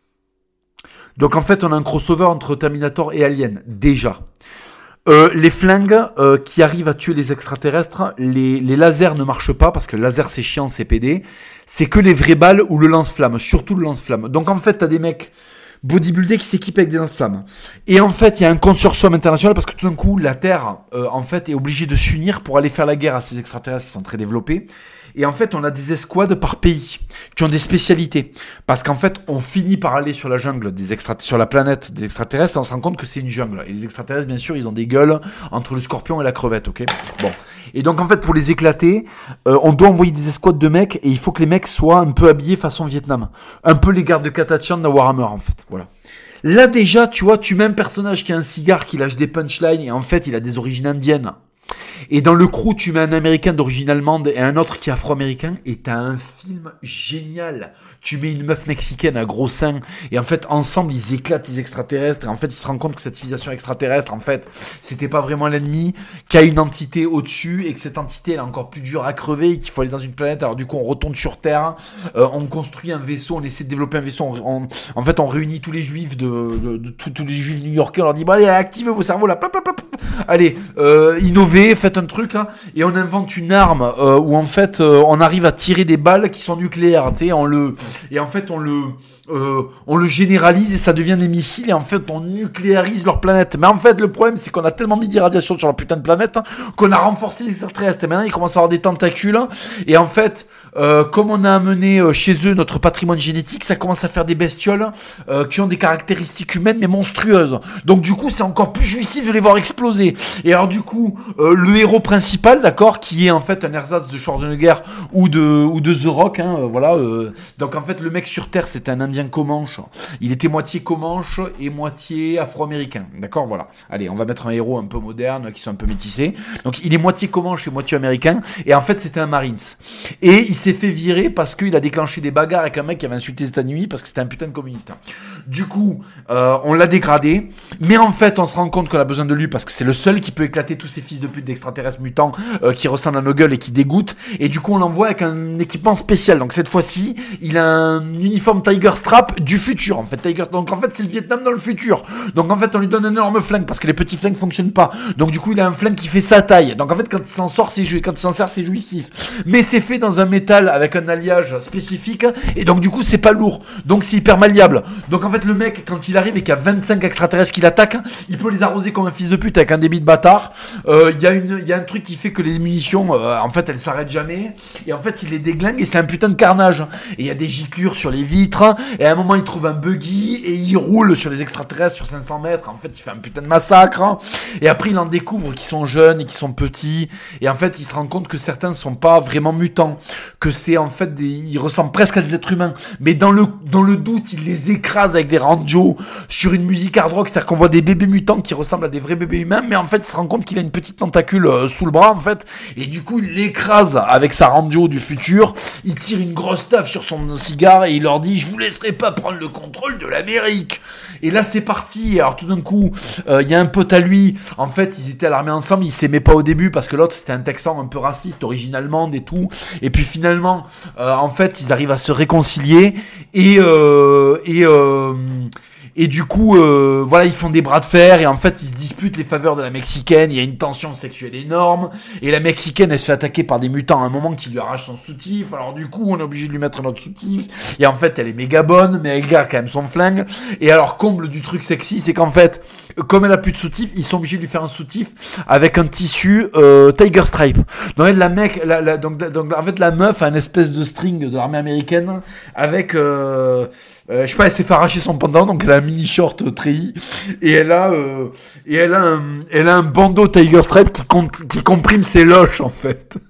Donc en fait, on a un crossover entre Terminator et Alien, déjà. Euh, les flingues euh, qui arrivent à tuer les extraterrestres, les, les lasers ne marchent pas, parce que le laser c'est chiant, c'est pédé. C'est que les vraies balles ou le lance-flamme, surtout le lance-flamme. Donc en fait, t'as des mecs bodybuildés qui s'équipent avec des lance-flammes. Et en fait, il y a un consortium international parce que tout d'un coup, la Terre, euh, en fait, est obligée de s'unir pour aller faire la guerre à ces extraterrestres qui sont très développés. Et en fait, on a des escouades par pays qui ont des spécialités. Parce qu'en fait, on finit par aller sur la jungle des extra- sur la planète des extraterrestres et on se rend compte que c'est une jungle. Et les extraterrestres, bien sûr, ils ont des gueules entre le scorpion et la crevette, ok? Bon. Et donc, en fait, pour les éclater, euh, on doit envoyer des escouades de mecs et il faut que les mecs soient un peu habillés façon Vietnam. Un peu les gardes de Katachan de Warhammer, en fait. Voilà. Là, déjà, tu vois, tu mets un personnage qui a un cigare, qui lâche des punchlines et en fait, il a des origines indiennes. Et dans le crew, tu mets un américain d'origine allemande et un autre qui est afro-américain et t'as un film génial. Tu mets une meuf mexicaine à gros seins et en fait, ensemble, ils éclatent les extraterrestres et en fait, ils se rendent compte que cette civilisation extraterrestre, en fait, c'était pas vraiment l'ennemi, qu'il y a une entité au-dessus et que cette entité, elle est encore plus dure à crever et qu'il faut aller dans une planète. Alors du coup, on retourne sur Terre, euh, on construit un vaisseau, on essaie de développer un vaisseau, on, on, en fait, on réunit tous les juifs de, de, de, de tous les juifs new-yorkais, on leur dit, bon allez, activez vos cerveaux là, plop, plop, plop. Allez, euh, innovez, faites un truc là, et on invente une arme euh, où en fait euh, on arrive à tirer des balles qui sont nucléaires, tu sais, on le et en fait on le euh, on le généralise et ça devient des missiles et en fait on nucléarise leur planète. Mais en fait le problème c'est qu'on a tellement mis d'irradiation sur leur putain de planète hein, qu'on a renforcé les extraterrestres et maintenant ils commencent à avoir des tentacules hein, et en fait euh, comme on a amené euh, chez eux notre patrimoine génétique, ça commence à faire des bestioles euh, qui ont des caractéristiques humaines mais monstrueuses. Donc du coup c'est encore plus jouissif de les voir exploser. Et alors du coup euh, le héros principal, d'accord, qui est en fait un ersatz de Schwarzenegger ou de ou de The Rock, hein, euh, voilà. Euh, donc en fait le mec sur Terre c'était un Indien Comanche. Il était moitié Comanche et moitié afro-américain, d'accord, voilà. Allez, on va mettre un héros un peu moderne qui sont un peu métissés. Donc il est moitié Comanche et moitié américain et en fait c'était un Marines. Et il s'est fait virer parce qu'il a déclenché des bagarres avec un mec qui avait insulté les États-Unis parce que c'était un putain de communiste. Du coup, euh, on l'a dégradé, mais en fait on se rend compte qu'on a besoin de lui parce que c'est le seul qui peut éclater tous ces fils de pute d'extraterrestres mutants euh, qui ressemblent à nos gueules et qui dégoûtent. Et du coup on l'envoie avec un équipement spécial. Donc cette fois-ci, il a un uniforme Tiger Strap du futur en fait. Tiger... Donc en fait c'est le Vietnam dans le futur. Donc en fait on lui donne un énorme flingue parce que les petits flingues fonctionnent pas. Donc du coup il a un flingue qui fait sa taille. Donc en fait quand il s'en sort c'est jou... quand il s'en sert c'est jouissif. Mais c'est fait dans un métal avec un alliage spécifique et donc du coup c'est pas lourd. Donc c'est hyper malléable. Donc en fait le mec quand il arrive et qu'il y a vingt-cinq extraterrestres qui l'attaquent, il peut les arroser comme un fils de pute avec un débit de bâtard. Il euh, y a une il y a un truc qui fait que les munitions euh, en fait elles s'arrêtent jamais et en fait il les déglingue et c'est un putain de carnage. Et il y a des giclures sur les vitres et à un moment il trouve un buggy et il roule sur les extraterrestres sur cinq cents mètres. En fait il fait un putain de massacre et après il en découvre qui sont jeunes et qui sont petits et en fait il se rend compte que certains sont pas vraiment mutants, que c'est en fait des ils ressemblent presque à des êtres humains, mais dans le dans le doute il les écrase avec des ranjos sur une musique hard rock, c'est-à-dire qu'on voit des bébés mutants qui ressemblent à des vrais bébés humains, mais en fait il se rend compte qu'il a une petite tentacule euh, sous le bras en fait, et du coup il l'écrase avec sa ranjo du futur, il tire une grosse taf sur son cigare et il leur dit je vous laisserai pas prendre le contrôle de l'Amérique. Et là c'est parti. Alors tout d'un coup il euh, y a un pote à lui, en fait ils étaient à l'armée ensemble, ils s'aimaient pas au début parce que l'autre c'était un Texan un peu raciste, d'origine allemande et tout, et puis finalement euh, en fait ils arrivent à se réconcilier et euh, et euh, et du coup, euh, voilà, ils font des bras de fer et en fait, ils se disputent les faveurs de la Mexicaine. Il y a une tension sexuelle énorme et la Mexicaine, elle se fait attaquer par des mutants à un moment qui lui arrachent son soutif. Alors du coup, on est obligé de lui mettre notre soutif. Et en fait, elle est méga bonne, mais elle garde quand même son flingue. Et alors, comble du truc sexy, c'est qu'en fait, comme elle a plus de soutif, ils sont obligés de lui faire un soutif avec un tissu euh, Tiger Stripe. Donc la mec, la, la, donc, donc en fait, la meuf a une espèce de string de l'armée américaine avec euh, Euh, je sais pas, elle s'est fait arracher son pantalon, donc elle a un mini short euh, treillis et elle a euh, et elle a un elle a un bandeau Tiger Stripe qui compte, qui comprime ses loches en fait.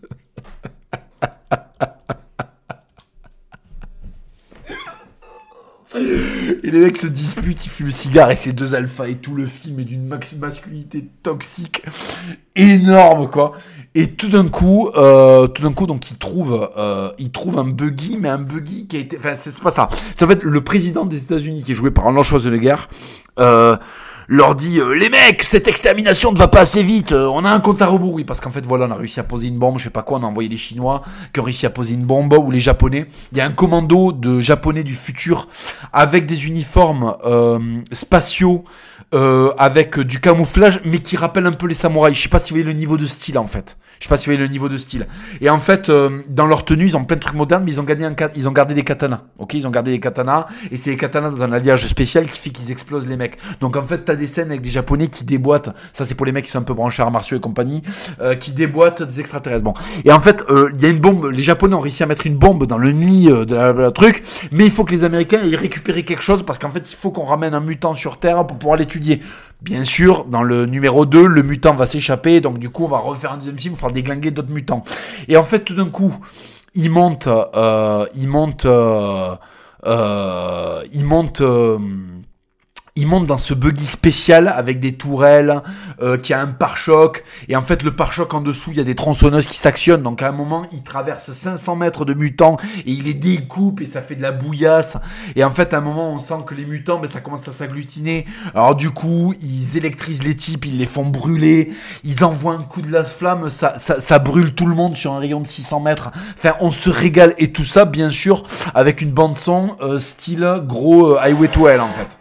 Et les mecs se disputent, ils fument le cigare et c'est deux alphas et tout le film est d'une max- masculinité toxique énorme quoi. Et tout d'un coup, euh, tout d'un coup, donc il trouve, euh, il trouve un buggy, mais un buggy qui a été, enfin c'est, c'est pas ça. C'est en fait le président des États-Unis qui est joué par Arnold Schwarzenegger. Euh, leur dit euh, les mecs, cette extermination ne va pas assez vite, euh, on a un compte à rebours. Oui, parce qu'en fait voilà, on a réussi à poser une bombe, je sais pas quoi, on a envoyé les Chinois qui ont réussi à poser une bombe, ou les Japonais. Il y a un commando de Japonais du futur avec des uniformes euh, spatiaux, euh, avec du camouflage, mais qui rappelle un peu les samouraïs. Je sais pas si vous voyez le niveau de style en fait. Je sais pas si vous voyez le niveau de style. Et en fait, euh, dans leur tenue, ils ont plein de trucs modernes, mais ils ont gardé un, ils ont gardé des katanas. Ok, ils ont gardé des katanas, et c'est les katanas dans un alliage spécial qui fait qu'ils explosent les mecs. Donc en fait, t'as des scènes avec des Japonais qui déboîtent. Ça, c'est pour les mecs qui sont un peu branchés arts martiaux et compagnie, euh, qui déboîtent des extraterrestres. Bon. Et en fait, il euh, y a une bombe. Les Japonais ont réussi à mettre une bombe dans le nid euh, de la, de la truc, mais il faut que les Américains aient récupéré quelque chose parce qu'en fait, il faut qu'on ramène un mutant sur Terre pour pouvoir l'étudier. Bien sûr, dans le numéro deux, le mutant va s'échapper, donc du coup, on va refaire un deuxième film, on fera déglinguer d'autres mutants. Et en fait, tout d'un coup, il monte, euh, il monte, euh, euh, il monte, euh, il monte dans ce buggy spécial avec des tourelles, euh, qui a un pare-choc, et en fait le pare-choc en dessous, il y a des tronçonneuses qui s'actionnent, donc à un moment il traverse cinq cents mètres de mutants et il les découpe et ça fait de la bouillasse, et en fait à un moment on sent que les mutants, ben, ça commence à s'agglutiner, alors du coup ils électrisent les types, ils les font brûler, ils envoient un coup de lance-flamme, ça, ça, ça brûle tout le monde sur un rayon de six cents mètres, enfin on se régale, et tout ça bien sûr avec une bande son euh, style gros euh, Highway to Hell en fait.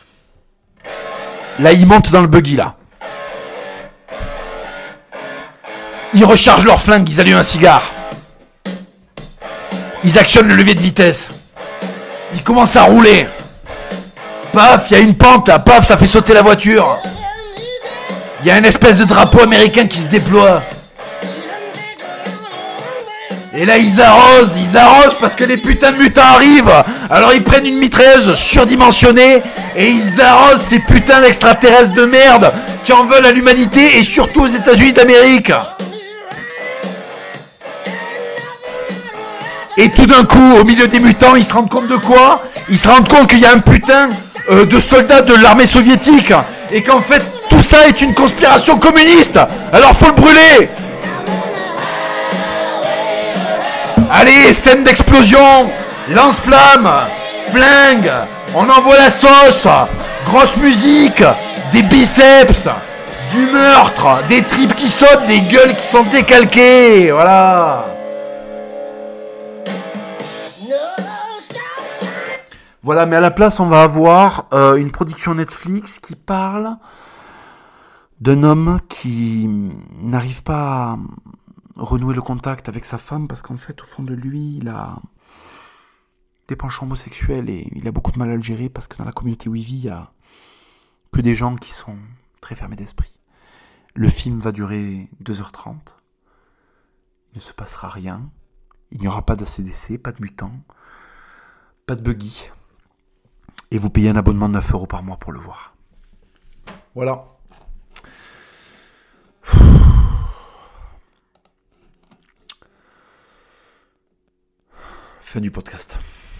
Là, ils montent dans le buggy, là. Ils rechargent leur flingue, ils allument un cigare. Ils actionnent le levier de vitesse. Ils commencent à rouler. Paf, il y a une pente, là. Paf, ça fait sauter la voiture. Il y a une espèce de drapeau américain qui se déploie. Et là, ils arrosent, ils arrosent parce que les putains de mutants arrivent. Alors, ils prennent une mitrailleuse surdimensionnée et ils arrosent ces putains d'extraterrestres de merde qui en veulent à l'humanité et surtout aux États-Unis d'Amérique. Et tout d'un coup, au milieu des mutants, ils se rendent compte de quoi ? Ils se rendent compte qu'il y a un putain euh, de soldats de l'armée soviétique et qu'en fait, tout ça est une conspiration communiste. Alors, faut le brûler. Allez, scène d'explosion, lance-flamme, flingue, on envoie la sauce, grosse musique, des biceps, du meurtre, des tripes qui sautent, des gueules qui sont décalquées, voilà. Voilà, mais à la place, on va avoir euh, une production Netflix qui parle d'un homme qui n'arrive pas à renouer le contact avec sa femme parce qu'en fait, au fond de lui, il a des penchants homosexuels et il a beaucoup de mal à le gérer parce que dans la communauté où il vit, il y a que des gens qui sont très fermés d'esprit. Le film va durer deux heures trente. Il ne se passera rien. Il n'y aura pas d'A C D C, pas de mutants, pas de buggy. Et vous payez un abonnement de neuf euros par mois pour le voir. Voilà. Fin du podcast.